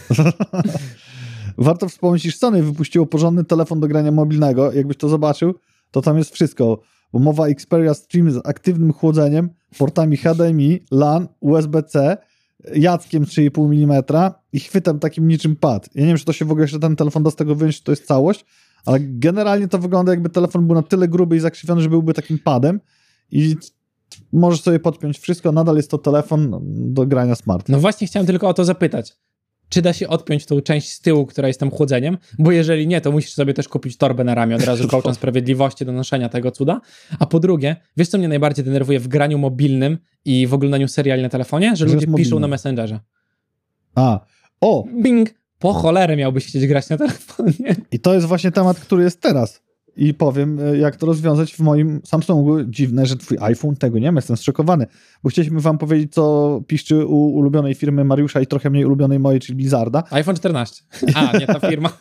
[SPEAKER 2] Warto wspomnieć, iż Sony wypuściło porządny telefon do grania mobilnego. Jakbyś to zobaczył, to tam jest wszystko. Bo mowa Xperia Stream z aktywnym chłodzeniem, portami H D M I, LAN, U S B C, jackiem trzy i pół milimetra i chwytem takim niczym pad. Ja nie wiem, czy to się w ogóle jeszcze ten telefon da z tego wyjąć, czy to jest całość, ale generalnie to wygląda, jakby telefon był na tyle gruby i zakrzywiony, że byłby takim padem i możesz sobie podpiąć wszystko, nadal jest to telefon do grania smart.
[SPEAKER 1] No właśnie chciałem tylko o to zapytać. Czy da się odpiąć tą część z tyłu, która jest tam chłodzeniem? Bo jeżeli nie, to musisz sobie też kupić torbę na ramię od razu kołczem sprawiedliwości do noszenia tego cuda. A po drugie, wiesz co mnie najbardziej denerwuje w graniu mobilnym i w oglądaniu seriali na telefonie? Że,
[SPEAKER 2] Że
[SPEAKER 1] ludzie
[SPEAKER 2] jest
[SPEAKER 1] piszą
[SPEAKER 2] mobilny.
[SPEAKER 1] na Messengerze.
[SPEAKER 2] A, o!
[SPEAKER 1] Bing! Po cholerę miałbyś chcieć grać na telefonie.
[SPEAKER 2] I to jest właśnie temat, który jest teraz. I powiem, jak to rozwiązać w moim Samsungu. Dziwne, że twój iPhone tego nie ma. Jestem zszokowany. Bo chcieliśmy wam powiedzieć, co piszczy u ulubionej firmy Mariusza i trochę mniej ulubionej mojej, czyli Blizzarda.
[SPEAKER 1] iPhone czternaście. A, nie ta firma.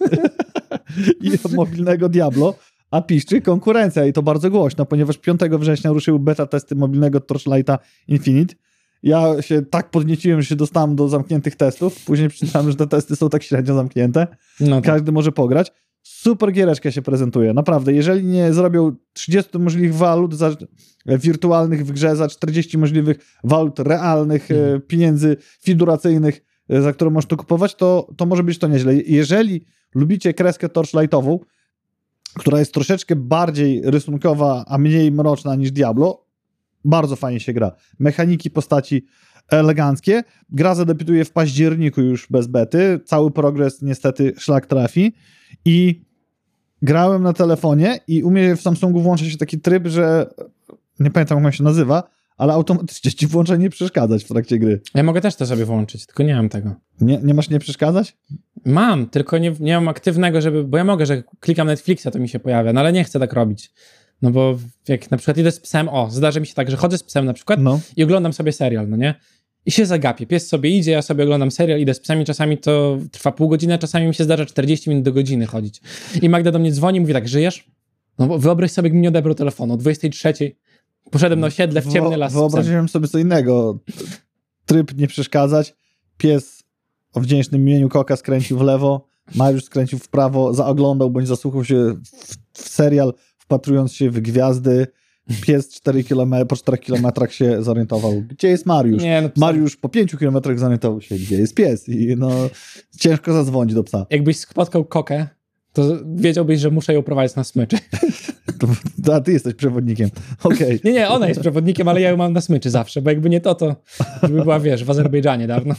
[SPEAKER 2] I mobilnego Diablo. A piszczy konkurencja i to bardzo głośno, ponieważ piątego września ruszyły beta testy mobilnego Torchlighta Infinite. Ja się tak podnieciłem, że się dostałem do zamkniętych testów. Później przeczytałem, że te testy są tak średnio zamknięte.
[SPEAKER 1] No tak.
[SPEAKER 2] Każdy może pograć. Super giereczka się prezentuje, naprawdę. Jeżeli nie zrobią trzydzieści możliwych walut za, wirtualnych w grze, za czterdzieści możliwych walut realnych,
[SPEAKER 1] Mhm.
[SPEAKER 2] e, pieniędzy figuracyjnych, e, za które możesz to kupować, to, to może być to nieźle. Jeżeli lubicie kreskę torchlightową, która jest troszeczkę bardziej rysunkowa, a mniej mroczna niż Diablo, bardzo fajnie się gra. Mechaniki postaci eleganckie. Gra zadebiutuje w październiku już bez bety. Cały progres niestety szlak trafi. I grałem na telefonie i u mnie w Samsungu włącza się taki tryb, że nie pamiętam, jak on się nazywa, ale automatycznie ci włącza nie przeszkadzać w trakcie gry.
[SPEAKER 1] Ja mogę też to sobie włączyć, tylko nie mam tego.
[SPEAKER 2] Nie, nie masz nie przeszkadzać?
[SPEAKER 1] Mam, tylko nie, nie mam aktywnego, żeby, bo ja mogę, że klikam Netflixa, to mi się pojawia, no ale nie chcę tak robić. No bo jak na przykład idę z psem, o, zdarza mi się tak, że chodzę z psem na przykład
[SPEAKER 2] No.
[SPEAKER 1] i oglądam sobie serial, no nie? I się zagapię. Pies sobie idzie, ja sobie oglądam serial, idę z psem i czasami to trwa pół godziny, a czasami mi się zdarza czterdzieści minut do godziny chodzić. I Magda do mnie dzwoni i mówi tak, żyjesz? No bo wyobraź sobie, gdybym nie odebrał telefonu o dwudziestej trzeciej. Poszedłem na osiedle w ciemny las z psem.
[SPEAKER 2] Wyobraziłem sobie co innego. Tryb nie przeszkadzać. Pies o wdzięcznym imieniu Koka skręcił w lewo, Mariusz skręcił w prawo, zaoglądał bądź zasłuchał się w, w serial, wpatrując się w gwiazdy. Pies cztery kilometry, po czterech kilometrach się zorientował, gdzie jest Mariusz.
[SPEAKER 1] Nie, no, psa.
[SPEAKER 2] Mariusz po pięciu kilometrach zorientował się, gdzie jest pies. I no, ciężko zadzwonić do psa.
[SPEAKER 1] Jakbyś spotkał kokę, to wiedziałbyś, że muszę ją prowadzić na smyczy.
[SPEAKER 2] To, a ty jesteś przewodnikiem. Okej.
[SPEAKER 1] Nie, nie, ona jest przewodnikiem, ale ja ją mam na smyczy zawsze, bo jakby nie to, to żeby była, wiesz, w Azerbejdżanie dawno.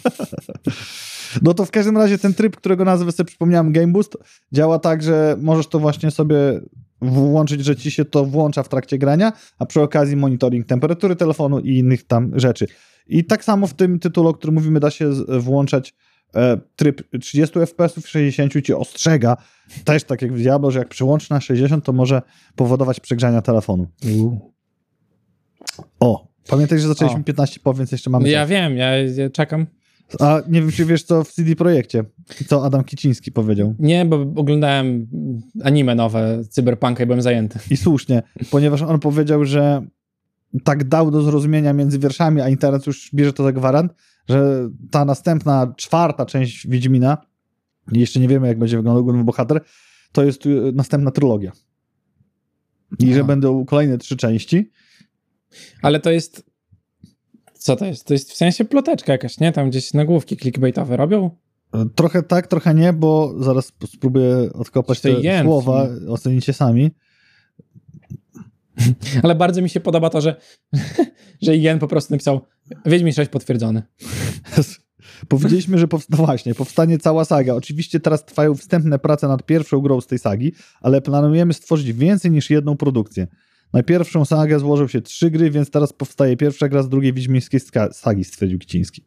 [SPEAKER 2] No to w każdym razie ten tryb, którego nazwę sobie przypomniałem, Game Boost, działa tak, że możesz to właśnie sobie włączyć, że ci się to włącza w trakcie grania, a przy okazji monitoring temperatury telefonu i innych tam rzeczy. I tak samo w tym tytule, o którym mówimy, da się z- włączać e, tryb trzydzieści F P S ów, sześćdziesiąt cię ostrzega. Też tak jak w Diablo, że jak przyłączy na sześćdziesiąt, to może powodować przegrzania telefonu. O, pamiętaj, że zaczęliśmy
[SPEAKER 1] O.
[SPEAKER 2] piętnaście po, więc jeszcze mamy
[SPEAKER 1] Ja
[SPEAKER 2] czas.
[SPEAKER 1] wiem, ja, ja czekam.
[SPEAKER 2] A nie wiem, czy wiesz, co w C D Projekcie, co Adam Kiciński powiedział.
[SPEAKER 1] Nie, bo oglądałem anime nowe, Cyberpunka i byłem zajęty.
[SPEAKER 2] I słusznie, ponieważ on powiedział, że tak dał do zrozumienia między wierszami, a internet już bierze to za gwarant, że ta następna, czwarta część Wiedźmina, i jeszcze nie wiemy, jak będzie wyglądał główny bohater, to jest y, następna trylogia. I
[SPEAKER 1] Aha.
[SPEAKER 2] że będą kolejne trzy części.
[SPEAKER 1] Ale to jest... Co to jest? To jest w sensie ploteczka jakaś, nie? Tam gdzieś nagłówki clickbaitowe robią?
[SPEAKER 2] Trochę tak, trochę nie, bo zaraz spróbuję odkopać
[SPEAKER 1] To
[SPEAKER 2] te
[SPEAKER 1] jen,
[SPEAKER 2] słowa, ocenicie sami.
[SPEAKER 1] Ale bardzo mi się podoba to, że, że I N po prostu napisał Wiedźmin sześć potwierdzony.
[SPEAKER 2] Powiedzieliśmy, że powsta- no właśnie, powstanie cała saga. Oczywiście teraz trwają wstępne prace nad pierwszą grą z tej sagi, ale planujemy stworzyć więcej niż jedną produkcję. Na pierwszą sagę złożą się trzy gry, więc teraz powstaje pierwsza gra z drugiej wiedźmińskiej ska- sagi, stwierdził Kiciński.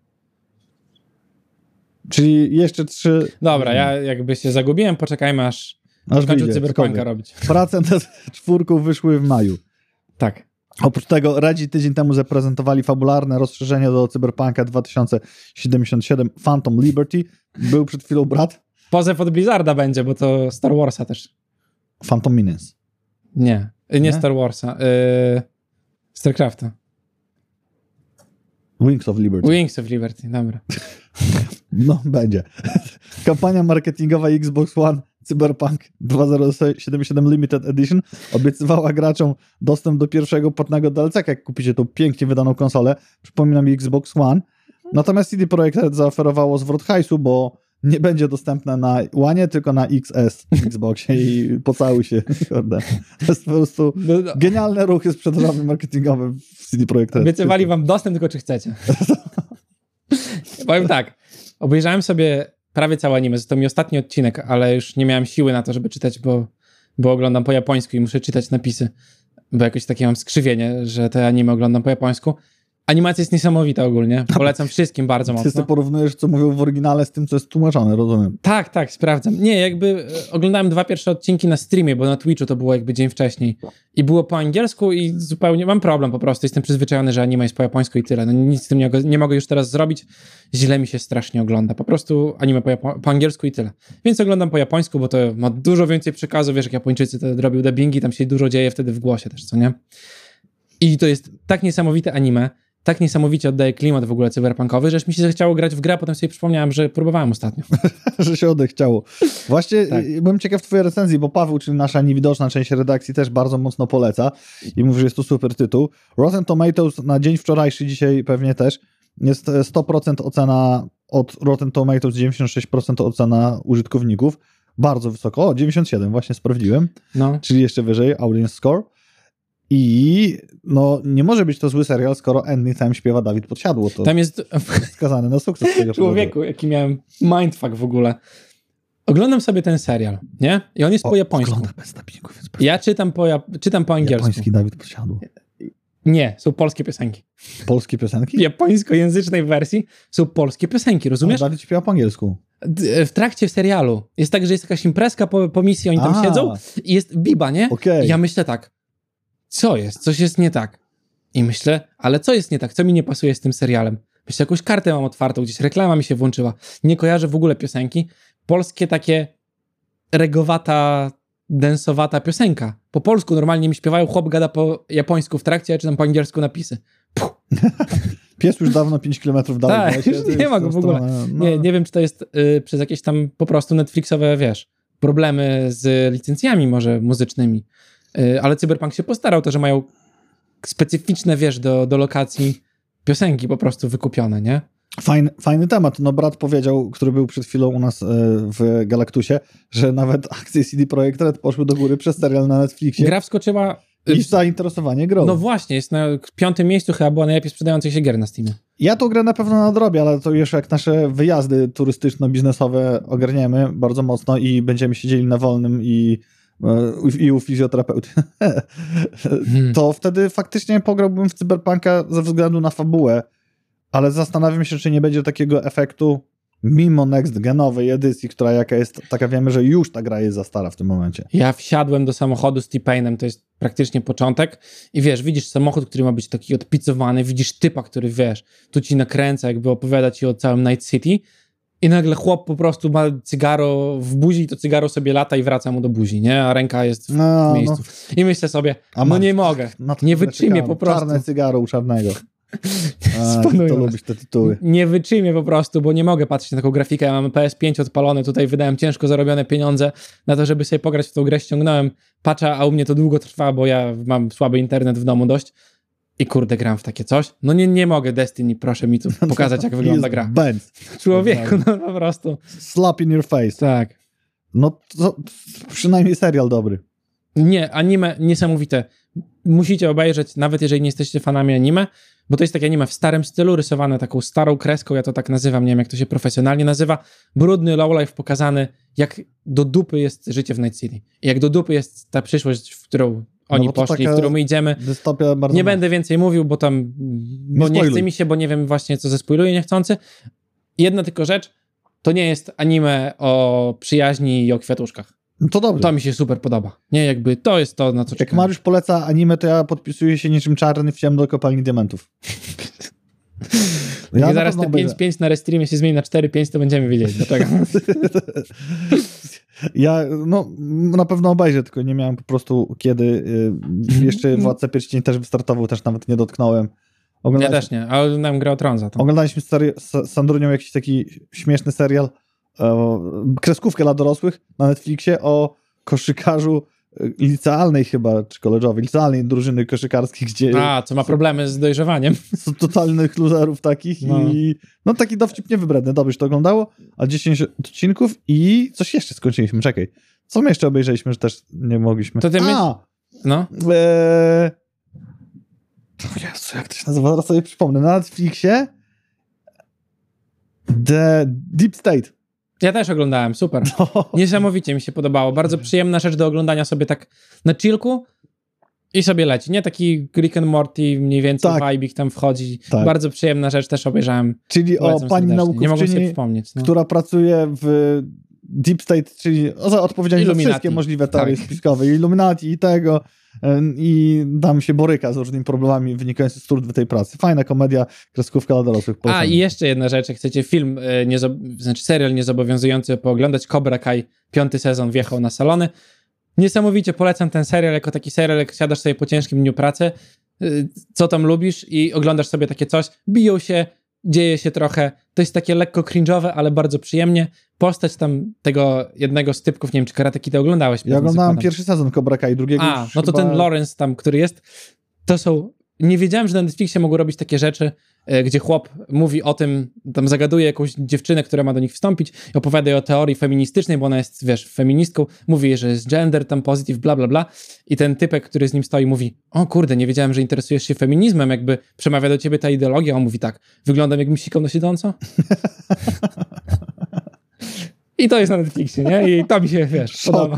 [SPEAKER 2] Czyli jeszcze trzy...
[SPEAKER 1] Dobra, ja jakby się zagubiłem, poczekajmy aż,
[SPEAKER 2] aż
[SPEAKER 1] skończę
[SPEAKER 2] wyjdzie,
[SPEAKER 1] Cyberpunka
[SPEAKER 2] skończę.
[SPEAKER 1] robić.
[SPEAKER 2] Prace nad czwórką wyszły w maju.
[SPEAKER 1] Tak.
[SPEAKER 2] Oprócz tego Redzi tydzień temu zaprezentowali fabularne rozszerzenie do Cyberpunka dwa tysiące siedemdziesiąt siedem Phantom Liberty. Był przed chwilą brat
[SPEAKER 1] Pozew od Blizzarda będzie, bo to Star Warsa też.
[SPEAKER 2] Phantom Menace.
[SPEAKER 1] Nie. Nie, nie? Star Warsa. Yy, StarCrafta.
[SPEAKER 2] Wings of Liberty.
[SPEAKER 1] Wings of Liberty, dobra.
[SPEAKER 2] No, będzie. Kampania marketingowa Xbox One Cyberpunk dwa tysiące siedemdziesiąt siedem Limited Edition obiecywała graczom dostęp do pierwszego płatnego D L C, jak kupicie tą pięknie wydaną konsolę. Przypominam, Xbox One. Natomiast C D Projekt Red zaoferowało zwrot hajsu, bo nie będzie dostępne na One, tylko na X S Xboxie i pocałuj się. To jest po prostu genialne ruchy sprzedażowe marketingowe w C D Projekt Red.
[SPEAKER 1] Obiecywali wam dostęp, tylko czy chcecie. Powiem tak, obejrzałem sobie prawie całe anime, to mi ostatni odcinek, ale już nie miałem siły na to, żeby czytać, bo, bo oglądam po japońsku i muszę czytać napisy, bo jakoś takie mam skrzywienie, że te anime oglądam po japońsku. Animacja jest niesamowita ogólnie. Polecam wszystkim bardzo mocno.
[SPEAKER 2] Ty porównujesz, co mówią w oryginale z tym, co jest tłumaczone, rozumiem.
[SPEAKER 1] Tak, tak, sprawdzam. Nie, jakby oglądałem dwa pierwsze odcinki na streamie, bo na Twitchu to było jakby dzień wcześniej. I było po angielsku i zupełnie mam problem po prostu. Jestem przyzwyczajony, że anime jest po japońsku i tyle. No nic z tym nie, nie mogę już teraz zrobić. Źle mi się strasznie ogląda. Po prostu anime po, japo- po angielsku i tyle. Więc oglądam po japońsku, bo to ma dużo więcej przekazu. Wiesz, jak Japończycy to robią dubbingi, tam się dużo dzieje wtedy w głosie też, co nie? I to jest tak niesamowite anime, tak niesamowicie oddaje klimat w ogóle cyberpunkowy, że aż mi się chciało grać w grę, a potem sobie przypomniałem, że próbowałem ostatnio.
[SPEAKER 2] Że się odechciało. Właśnie tak. Byłem ciekaw twojej recenzji, bo Paweł, czyli nasza niewidoczna część redakcji, też bardzo mocno poleca i mówi, że jest to super tytuł. Rotten Tomatoes na dzień wczorajszy, dzisiaj pewnie też, jest sto procent ocena od Rotten Tomatoes, dziewięćdziesiąt sześć procent ocena użytkowników. Bardzo wysoko. O, dziewięćdziesiąt siedem, właśnie sprawdziłem. No. Czyli jeszcze wyżej, audience score. I no, nie może być to zły serial, skoro ending tam śpiewa Dawid Podsiadło. To
[SPEAKER 1] tam jest
[SPEAKER 2] skazany na sukces.
[SPEAKER 1] Człowieku, jaki miałem mindfuck w ogóle. Oglądam sobie ten serial, nie? I on jest o, po japońsku.
[SPEAKER 2] Ogląda bez napięków, więc bez...
[SPEAKER 1] Ja czytam po, Jap- czytam po angielsku.
[SPEAKER 2] Japoński Dawid Podsiadło.
[SPEAKER 1] Nie, są polskie piosenki.
[SPEAKER 2] Polskie piosenki?
[SPEAKER 1] W japońskojęzycznej wersji są polskie piosenki, rozumiesz?
[SPEAKER 2] A Dawid śpiewa po angielsku.
[SPEAKER 1] W trakcie serialu. Jest tak, że jest jakaś imprezka po, po misji, oni tam A. siedzą i jest biba, nie?
[SPEAKER 2] Okay.
[SPEAKER 1] I ja myślę tak, co jest? Coś jest nie tak. I myślę, ale co jest nie tak? Co mi nie pasuje z tym serialem? Myślę, jakąś kartę mam otwartą, gdzieś reklama mi się włączyła. Nie kojarzę w ogóle piosenki. Polskie takie regowata, densowata piosenka. Po polsku normalnie mi śpiewają, chłop gada po japońsku w trakcie, ja czytam po angielsku napisy.
[SPEAKER 2] Pies już dawno pięć kilometrów dalej.
[SPEAKER 1] Tak, już nie ma go w ogóle. No. Nie, nie wiem, czy to jest y, przez jakieś tam po prostu Netflixowe, wiesz, problemy z licencjami może muzycznymi. Ale Cyberpunk się postarał, to, że mają specyficzne, wiesz, do, do lokacji piosenki po prostu wykupione, nie?
[SPEAKER 2] Fajny, fajny temat. No brat powiedział, który był przed chwilą u nas w Galactusie, że nawet akcje C D Projekt Red poszły do góry przez serial na Netflixie.
[SPEAKER 1] Gra wskoczyła...
[SPEAKER 2] I zainteresowanie grą.
[SPEAKER 1] No właśnie, jest na piątym miejscu chyba była najlepiej sprzedających się gier na Steamie.
[SPEAKER 2] Ja tą grę na pewno nadrobię, ale to już jak nasze wyjazdy turystyczno-biznesowe ogarniemy bardzo mocno i będziemy siedzieli na wolnym i i u fizjoterapeuty, hmm. to wtedy faktycznie pograłbym w Cyberpunka ze względu na fabułę, ale zastanawiam się, czy nie będzie takiego efektu mimo next-genowej edycji, która jaka jest, taka wiemy, że już ta gra jest za stara w tym momencie.
[SPEAKER 1] Ja wsiadłem do samochodu z T-Painem, to jest praktycznie początek i wiesz, widzisz samochód, który ma być taki odpicowany, widzisz typa, który wiesz, tu ci nakręca, jakby opowiada ci o całym Night City. I nagle chłop po prostu ma cygaro w buzi i to cygaro sobie lata i wraca mu do buzi, nie? A ręka jest w no, miejscu. No. I myślę sobie, A no nie mogę, nie wytrzymię po prostu.
[SPEAKER 2] Czarne cygaro u czarnego. A, to lubisz te tytuły.
[SPEAKER 1] Nie wytrzymię po prostu, bo nie mogę patrzeć na taką grafikę. Ja mam P S pięć odpalone, tutaj wydałem ciężko zarobione pieniądze na to, żeby sobie pograć w tą grę, ściągnąłem patcha, a u mnie to długo trwa, bo ja mam słaby internet w domu dość. I kurde, gram w takie coś. No nie, nie mogę, Destiny, proszę mi tu pokazać, jak wygląda gra.
[SPEAKER 2] Benz.
[SPEAKER 1] Człowieku, no po prostu.
[SPEAKER 2] Slap in your face.
[SPEAKER 1] Tak.
[SPEAKER 2] No to przynajmniej serial dobry.
[SPEAKER 1] Nie, anime niesamowite. Musicie obejrzeć, nawet jeżeli nie jesteście fanami anime, bo to jest takie anime w starym stylu, rysowane taką starą kreską, ja to tak nazywam, nie wiem jak to się profesjonalnie nazywa. Brudny lowlife pokazany, jak do dupy jest życie w Night City. I jak do dupy jest ta przyszłość, w którą oni no poszli, w którą my idziemy. Nie będę więcej mówił, bo tam bo nie, nie chce mi się, bo nie wiem właśnie, co zespoiluję niechcący. Jedna tylko rzecz, to nie jest anime o przyjaźni i o kwiatuszkach.
[SPEAKER 2] No to dobrze.
[SPEAKER 1] To mi się super podoba. Nie, jakby to jest to, na co czekam.
[SPEAKER 2] Jak Mariusz poleca anime, to ja podpisuję się niczym czarny w ciemno do kopalni diamentów.
[SPEAKER 1] Ja zaraz te pięć pięć na restreamie się zmieni na cztery pięć, to będziemy wiedzieć dlaczego.
[SPEAKER 2] Ja, no, na pewno obejrzę, tylko nie miałem po prostu kiedy. Y, jeszcze Władca Pierścieni też wystartował, też nawet nie dotknąłem.
[SPEAKER 1] Ja też nie, ale oglądałem Grę o Tron za to.
[SPEAKER 2] Oglądaliśmy z, seri- z Sandrunią jakiś taki śmieszny serial, e, kreskówkę dla dorosłych na Netflixie o koszykarzu licealnej chyba, czy koleżowej, licealnej drużyny koszykarskiej, gdzie...
[SPEAKER 1] A, co ma problemy z dojrzewaniem.
[SPEAKER 2] Są totalnych loserów takich no. i no taki dowcip niewybredny. Dobrze się to oglądało, a dziesięć odcinków i coś jeszcze skończyliśmy, czekaj. Co my jeszcze obejrzeliśmy, że też nie mogliśmy?
[SPEAKER 1] To ty my...
[SPEAKER 2] A!
[SPEAKER 1] No.
[SPEAKER 2] E... O Jezu, jak to się nazywa? Zaraz sobie przypomnę. Na Netflixie The Deep State.
[SPEAKER 1] Ja też oglądałem, super.
[SPEAKER 2] No.
[SPEAKER 1] Niesamowicie mi się podobało. Bardzo przyjemna rzecz do oglądania sobie tak na chillku i sobie leci. Nie taki Rick and Morty, mniej więcej
[SPEAKER 2] tak.
[SPEAKER 1] vibe tam wchodzi.
[SPEAKER 2] Tak.
[SPEAKER 1] Bardzo przyjemna rzecz, też obejrzałem.
[SPEAKER 2] Czyli o pani
[SPEAKER 1] serdecznie.
[SPEAKER 2] naukowczyni,
[SPEAKER 1] no.
[SPEAKER 2] która pracuje w Deep State, czyli za odpowiedzialność za wszystkie możliwe teorie tak. spiskowe, Illuminati i tego, i tam się boryka z różnymi problemami wynikającymi z trud tej pracy. Fajna komedia, kreskówka dla dorosłych.
[SPEAKER 1] Polecam. A i jeszcze jedna rzecz, jak chcecie film, nie, znaczy serial niezobowiązujący pooglądać, Cobra Kai, piąty sezon wjechał na salony. Niesamowicie polecam ten serial jako taki serial, jak siadasz sobie po ciężkim dniu pracy, co tam lubisz i oglądasz sobie takie coś, biją się, dzieje się trochę, to jest takie lekko cringe'owe, ale bardzo przyjemnie. Postać tam tego jednego z typków, nie wiem, czy Karate Kid oglądałeś?
[SPEAKER 2] Ja oglądałem zakładam. pierwszy sezon Cobra Kai, drugiego
[SPEAKER 1] A,
[SPEAKER 2] już
[SPEAKER 1] no to
[SPEAKER 2] chyba...
[SPEAKER 1] ten Lawrence tam, który jest, to są... Nie wiedziałem, że na Netflixie mogą robić takie rzeczy, gdzie chłop mówi o tym, tam zagaduje jakąś dziewczynę, która ma do nich wstąpić i opowiada jej o teorii feministycznej, bo ona jest, wiesz, feministką, mówi jej, że jest gender, tam positive, bla, bla, bla i ten typek, który z nim stoi, mówi, o kurde, nie wiedziałem, że interesujesz się feminizmem, jakby przemawia do ciebie ta ideologia, a on mówi tak, wyglądam jak sikał na siedząco? I to jest na Netflixie, nie? I to mi się, wiesz, Szok. podoba.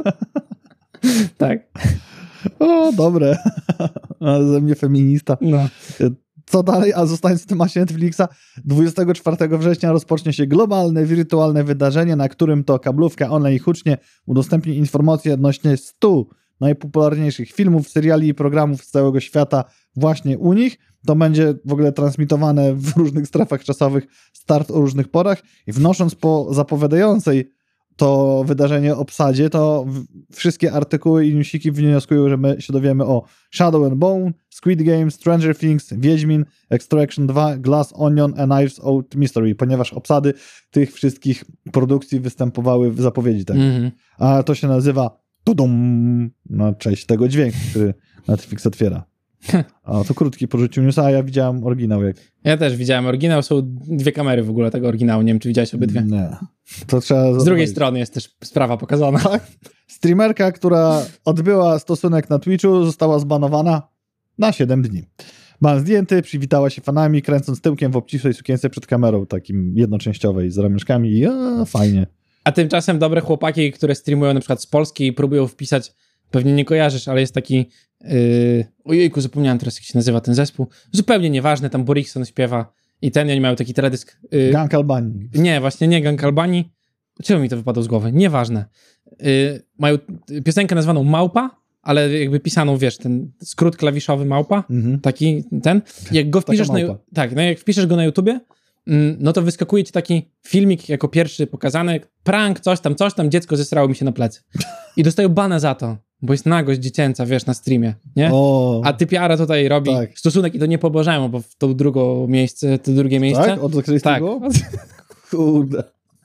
[SPEAKER 1] Tak.
[SPEAKER 2] O, dobre. Ale ze mnie feminista.
[SPEAKER 1] No.
[SPEAKER 2] Co dalej? A zostając w temacie Netflixa, dwudziestego czwartego września rozpocznie się globalne, wirtualne wydarzenie, na którym to kablówka online hucznie udostępni informacje odnośnie stu najpopularniejszych filmów, seriali i programów z całego świata właśnie u nich. To będzie w ogóle transmitowane w różnych strefach czasowych, start o różnych porach i wnosząc po zapowiadającej to wydarzenie obsadzie, to wszystkie artykuły i newsiki wnioskują, że my się dowiemy o Shadow and Bone, Squid Game, Stranger Things, Wiedźmin, Extraction dwa, Glass Onion a Knives Out Mystery, ponieważ obsady tych wszystkich produkcji występowały w zapowiedzi tego. Mm-hmm. A to się nazywa tudum, na cześć tego dźwięku, który Netflix otwiera. A to krótki po życiu newsa, a ja widziałem oryginał. Jak...
[SPEAKER 1] Ja też widziałem oryginał, są dwie kamery w ogóle tego oryginału, nie wiem, czy widziałeś obydwie?
[SPEAKER 2] Nie. To trzeba
[SPEAKER 1] Z drugiej strony jest też sprawa pokazana.
[SPEAKER 2] Tak? Streamerka, która odbyła stosunek na Twitchu, została zbanowana na siedem dni. Ban zdjęty, przywitała się fanami, kręcąc tyłkiem w obcisłej sukience przed kamerą, takim jednoczęściowej, z ramionczkami i a, fajnie.
[SPEAKER 1] A tymczasem dobre chłopaki, które streamują na przykład z Polski i próbują wpisać, pewnie nie kojarzysz, ale jest taki Yy, ojejku, zapomniałem teraz, jak się nazywa ten zespół. Zupełnie nieważne, tam Borikson śpiewa i ten, oni mają taki teledysk. Yy,
[SPEAKER 2] Gang Albanii.
[SPEAKER 1] Nie, właśnie nie Gang Albanii. Czemu mi to wypadło z głowy? Nieważne. Yy, mają piosenkę nazwaną Małpa, ale jakby pisaną, wiesz, ten skrót klawiszowy Małpa, mm-hmm. taki ten. Jak go wpiszesz na, tak, no jak wpiszesz go na YouTubie, yy, no to wyskakuje ci taki filmik jako pierwszy pokazany, prank, coś tam, coś tam, dziecko zesrało mi się na plecy. I dostają bana za to. Bo jest nagość dziecięca, wiesz, na streamie, nie?
[SPEAKER 2] O,
[SPEAKER 1] a typiara tutaj robi tak. stosunek i to nie po Bożemu, bo w to drugie miejsce, to drugie miejsce.
[SPEAKER 2] Tak? Od zakrystyjskiego? Tak. Kurde.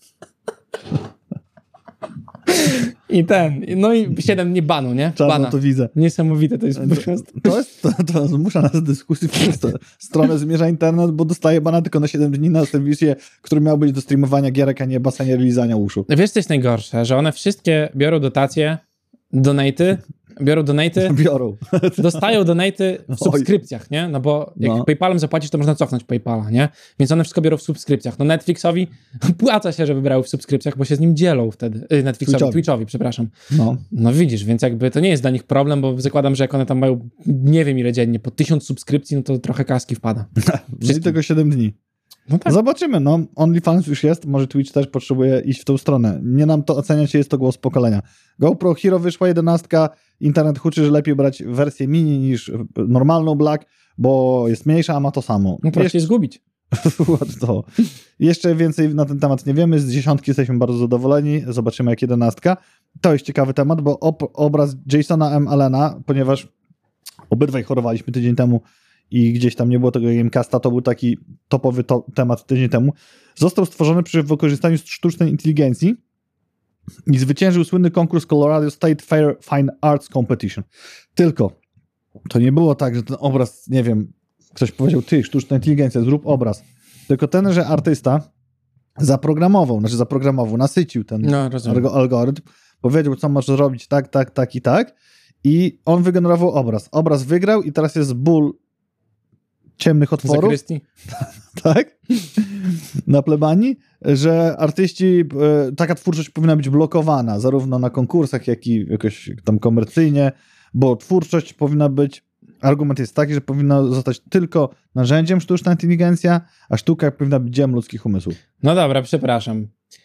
[SPEAKER 1] I ten, no i siedem dni banu, nie?
[SPEAKER 2] Czarno
[SPEAKER 1] Bana.
[SPEAKER 2] to widzę.
[SPEAKER 1] Niesamowite to jest.
[SPEAKER 2] To jest, to, to zmusza nas do dyskusji, w którą stronę zmierza internet, bo dostaje bana tylko na siedem dni na serwisie, który miał być do streamowania gierek, a nie basenia lizania uszu.
[SPEAKER 1] Wiesz, co jest najgorsze? Że one wszystkie biorą dotacje, donaty, biorą donaty,
[SPEAKER 2] biorą.
[SPEAKER 1] dostają donaty w subskrypcjach, nie? No bo jak no. PayPalem zapłacisz, to można cofnąć PayPala, nie? Więc one wszystko biorą w subskrypcjach. No Netflixowi płaca się, żeby brały w subskrypcjach, bo się z nim dzielą wtedy. Netflixowi, Twitchowi, Twitchowi przepraszam. No. no widzisz, więc jakby to nie jest dla nich problem, bo zakładam, że jak one tam mają nie wiem ile dziennie, po tysiąc subskrypcji, no to trochę kaski wpada.
[SPEAKER 2] No i tylko siedem dni. No tak. Zobaczymy, no. OnlyFans już jest, może Twitch też potrzebuje iść w tą stronę. Nie nam to oceniać, jest to głos pokolenia. GoPro Hero wyszła jedenastka, internet huczy, że lepiej brać wersję mini niż normalną Black, bo jest mniejsza, a ma to samo.
[SPEAKER 1] No proszę się zgubić.
[SPEAKER 2] to. Jeszcze więcej na ten temat nie wiemy. Z dziesiątki jesteśmy bardzo zadowoleni. Zobaczymy jak jedenastka. To jest ciekawy temat, bo ob- obraz Jasona M. Allena, ponieważ obydwaj chorowaliśmy tydzień temu i gdzieś tam nie było tego Gamecasta, to był taki topowy to- temat tydzień temu. Został stworzony przy wykorzystaniu sztucznej inteligencji i zwyciężył słynny konkurs Colorado State Fair Fine Arts Competition. Tylko to nie było tak, że ten obraz, nie wiem, ktoś powiedział, ty, sztuczna inteligencja, zrób obraz. Tylko ten, że artysta zaprogramował, znaczy zaprogramował, nasycił ten
[SPEAKER 1] No,
[SPEAKER 2] algo- algorytm, powiedział, co masz zrobić, tak, tak, tak i tak i on wygenerował obraz. Obraz wygrał i teraz jest ból ciemnych otworów.
[SPEAKER 1] Zakrystii?
[SPEAKER 2] Tak? Na plebanii, że artyści, e, taka twórczość powinna być blokowana, zarówno na konkursach, jak i jakoś tam komercyjnie, bo twórczość powinna być, argument jest taki, że powinna zostać tylko narzędziem sztuczna inteligencja, a sztuka powinna być dziełem ludzkich umysłów.
[SPEAKER 1] No dobra, przepraszam.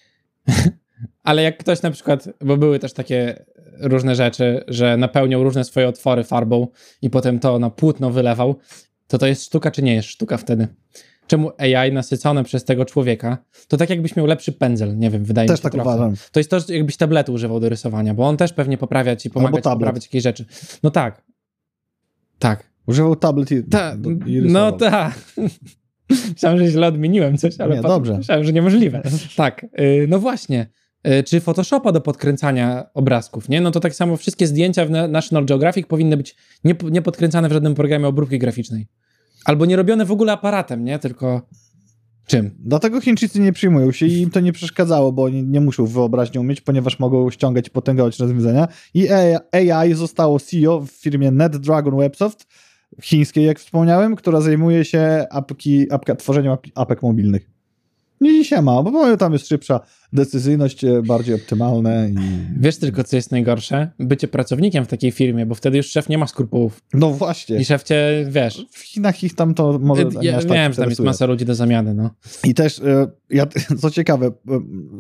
[SPEAKER 1] Ale jak ktoś na przykład, bo były też takie różne rzeczy, że napełniał różne swoje otwory farbą i potem to na płótno wylewał, to to jest sztuka, czy nie jest sztuka wtedy? Czemu A I nasycone przez tego człowieka, to tak jakbyś miał lepszy pędzel, nie wiem, wydaje
[SPEAKER 2] Też
[SPEAKER 1] mi się
[SPEAKER 2] tak
[SPEAKER 1] trochę.
[SPEAKER 2] uważam.
[SPEAKER 1] To jest to, że jakbyś tabletu używał do rysowania, bo on też pewnie poprawia ci, pomaga
[SPEAKER 2] Albo
[SPEAKER 1] ci
[SPEAKER 2] tablet.
[SPEAKER 1] poprawiać jakieś rzeczy. No tak. Tak.
[SPEAKER 2] Używał tablet i,
[SPEAKER 1] Ta,
[SPEAKER 2] do, i
[SPEAKER 1] no
[SPEAKER 2] rysował.
[SPEAKER 1] tak. Myślałem, że źle odmieniłem coś, ale
[SPEAKER 2] Nie,
[SPEAKER 1] potem
[SPEAKER 2] dobrze.
[SPEAKER 1] myślałem, że niemożliwe. Tak, yy, no właśnie. Yy, czy Photoshopa do podkręcania obrazków, nie? No to tak samo wszystkie zdjęcia w National Geographic powinny być nie, nie podkręcane w żadnym programie obróbki graficznej. Albo nie robione w ogóle aparatem, nie? Tylko czym?
[SPEAKER 2] Dlatego Chińczycy nie przyjmują się i im to nie przeszkadzało, bo oni nie muszą wyobraźnią mieć, ponieważ mogą ściągać i potęgować rozwiązania. I A I zostało C E O w firmie NetDragon Websoft, chińskiej, jak wspomniałem, która zajmuje się apki, apka, tworzeniem apki, apek mobilnych. Nie się ma, bo tam jest szybsza decyzyjność, bardziej optymalne. I...
[SPEAKER 1] Wiesz tylko, co jest najgorsze? Bycie pracownikiem w takiej firmie, bo wtedy już szef nie ma skrupułów.
[SPEAKER 2] No właśnie.
[SPEAKER 1] I szef cię, wiesz...
[SPEAKER 2] W Chinach ich tam to może
[SPEAKER 1] Ja,
[SPEAKER 2] nie
[SPEAKER 1] ja
[SPEAKER 2] aż tak
[SPEAKER 1] wiem, że tam jest
[SPEAKER 2] interesuje.
[SPEAKER 1] masa ludzi do zamiany, no.
[SPEAKER 2] I też, e, ja, co ciekawe, e,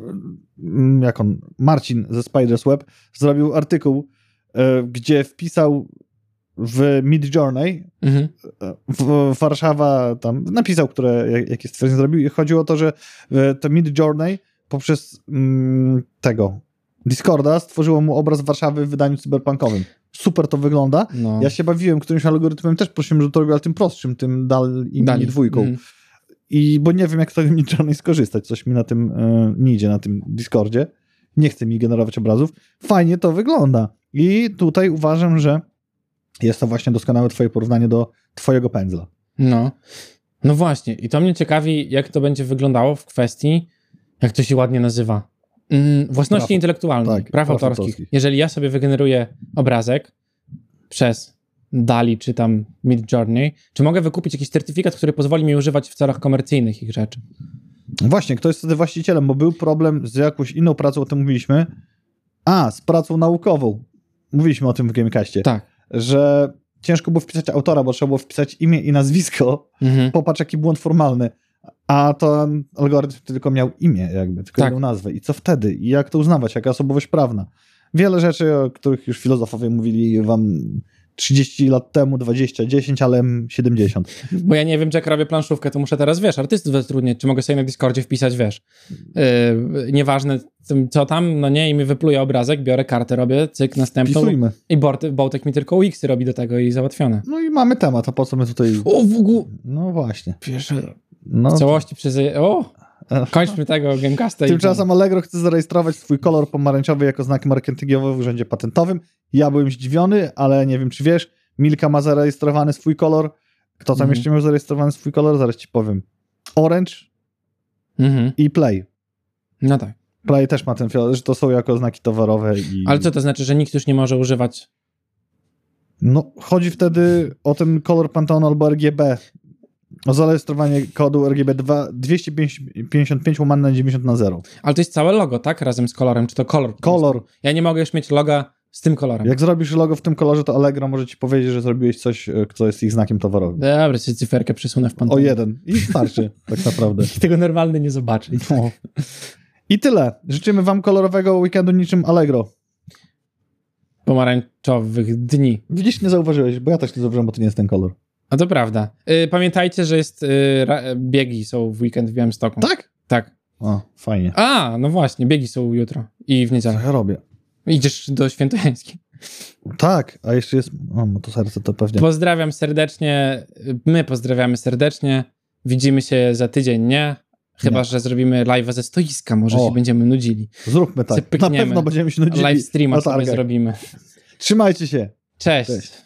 [SPEAKER 2] jak on, Marcin ze Spiders Web zrobił artykuł, e, gdzie wpisał w Midjourney
[SPEAKER 1] Mhm.
[SPEAKER 2] w Warszawa tam napisał, które, jak, jakie stwierdzenie zrobił i chodziło o to, że e, to Midjourney poprzez mm, tego Discorda stworzyło mu obraz Warszawy w wydaniu cyberpunkowym. Super to wygląda.
[SPEAKER 1] No.
[SPEAKER 2] Ja się bawiłem którymś algorytmem, też prosiłem, że to robił, ale tym prostszym, tym dal i
[SPEAKER 1] Dali.
[SPEAKER 2] mini dwójką.
[SPEAKER 1] Mhm.
[SPEAKER 2] I bo nie wiem, jak z tego Midjourney skorzystać. Coś mi na tym e, nie idzie, na tym Discordzie. Nie chce mi generować obrazów. Fajnie to wygląda. I tutaj uważam, że jest to właśnie doskonałe twoje porównanie do twojego pędzla.
[SPEAKER 1] No. No właśnie. I to mnie ciekawi, jak to będzie wyglądało w kwestii, jak to się ładnie nazywa, mm, własności
[SPEAKER 2] Praw-
[SPEAKER 1] intelektualnej,
[SPEAKER 2] tak,
[SPEAKER 1] praw
[SPEAKER 2] praw
[SPEAKER 1] autorskich.
[SPEAKER 2] autorskich.
[SPEAKER 1] Jeżeli ja sobie wygeneruję obrazek przez Dali czy tam Midjourney, czy mogę wykupić jakiś certyfikat, który pozwoli mi używać w celach komercyjnych ich rzeczy?
[SPEAKER 2] Właśnie, kto jest wtedy właścicielem, bo był problem z jakąś inną pracą, o tym mówiliśmy. A, z pracą naukową. Mówiliśmy o tym w Gamecastie.
[SPEAKER 1] Tak.
[SPEAKER 2] Że ciężko było wpisać autora, bo trzeba było wpisać imię i nazwisko.
[SPEAKER 1] Mhm.
[SPEAKER 2] Popatrz, jaki błąd formalny. A to algorytm tylko miał imię jakby, tylko
[SPEAKER 1] Tak.
[SPEAKER 2] jedną nazwę. I co wtedy? I jak to uznawać? Jaka osobowość prawna? Wiele rzeczy, o których już filozofowie mówili wam trzydzieści lat temu, dwadzieścia, dziesięć, ale siedemdziesiąt.
[SPEAKER 1] Bo ja nie wiem, czy jak robię planszówkę, to muszę teraz, wiesz, artystów zatrudniać, czy mogę sobie na Discordzie wpisać, wiesz, yy, nieważne co tam, no nie, i mi wypluje obrazek, biorę kartę, robię, cyk, następną
[SPEAKER 2] Wpisujmy.
[SPEAKER 1] i Bort, Bołtek mi tylko U X-y robi do tego i załatwione.
[SPEAKER 2] No i mamy temat, a po co my tutaj...
[SPEAKER 1] O, w ogóle...
[SPEAKER 2] No właśnie.
[SPEAKER 1] Wiesz,
[SPEAKER 2] No,
[SPEAKER 1] w całości przez... O, kończmy tego Gamecasta. i-
[SPEAKER 2] Tymczasem Allegro chce zarejestrować swój kolor pomarańczowy jako znak marketingowy w urzędzie patentowym. Ja byłem zdziwiony, ale nie wiem, czy wiesz, Milka ma zarejestrowany swój kolor. Kto tam
[SPEAKER 1] Mhm.
[SPEAKER 2] jeszcze miał zarejestrowany swój kolor? Zaraz ci powiem. Orange
[SPEAKER 1] Mhm.
[SPEAKER 2] i Play.
[SPEAKER 1] No tak.
[SPEAKER 2] Play też ma ten fiolet, że to są jako znaki towarowe. I...
[SPEAKER 1] Ale co to znaczy, że nikt już nie może używać...
[SPEAKER 2] No, chodzi wtedy o ten kolor Pantone albo R G B. O zarejestrowanie kodu R G B dwieście pięćdziesiąt pięć łamane na dziewięćdziesiąt na zero.
[SPEAKER 1] Ale to jest całe logo, tak? Razem z kolorem, czy to kolor? po
[SPEAKER 2] Kolor.
[SPEAKER 1] prostu? Ja nie mogę już mieć loga z tym kolorem.
[SPEAKER 2] Jak zrobisz logo w tym kolorze, to Allegro może ci powiedzieć, że zrobiłeś coś, e, co jest ich znakiem towarowym.
[SPEAKER 1] Dobra, sobie cyferkę przesunę w
[SPEAKER 2] O
[SPEAKER 1] Pantonie.
[SPEAKER 2] jeden. I starczy, tak naprawdę.
[SPEAKER 1] Tego normalny nie zobaczy.
[SPEAKER 2] No. I tyle. Życzymy wam kolorowego weekendu niczym Allegro.
[SPEAKER 1] Pomarańczowych dni.
[SPEAKER 2] Widzisz, nie zauważyłeś, bo ja też nie zauważyłem, bo to nie jest ten kolor.
[SPEAKER 1] A to prawda. Y, pamiętajcie, że jest y, ra, biegi są w weekend w Białymstoku.
[SPEAKER 2] Tak?
[SPEAKER 1] Tak.
[SPEAKER 2] O, fajnie.
[SPEAKER 1] A, no właśnie, biegi są jutro i w niedzielę.
[SPEAKER 2] Co ja robię?
[SPEAKER 1] Idziesz do Świętojańskiej.
[SPEAKER 2] Tak, a jeszcze jest... O, no to serce to pewnie...
[SPEAKER 1] Pozdrawiam serdecznie. My pozdrawiamy serdecznie. Widzimy się za tydzień, nie? Chyba,
[SPEAKER 2] Nie.
[SPEAKER 1] że zrobimy live'a ze stoiska. Może
[SPEAKER 2] O.
[SPEAKER 1] się będziemy nudzili.
[SPEAKER 2] Zróbmy tak. Na pewno będziemy się nudzili.
[SPEAKER 1] Live streama
[SPEAKER 2] na
[SPEAKER 1] sobie
[SPEAKER 2] targach.
[SPEAKER 1] zrobimy.
[SPEAKER 2] Trzymajcie się.
[SPEAKER 1] Cześć.
[SPEAKER 2] Cześć.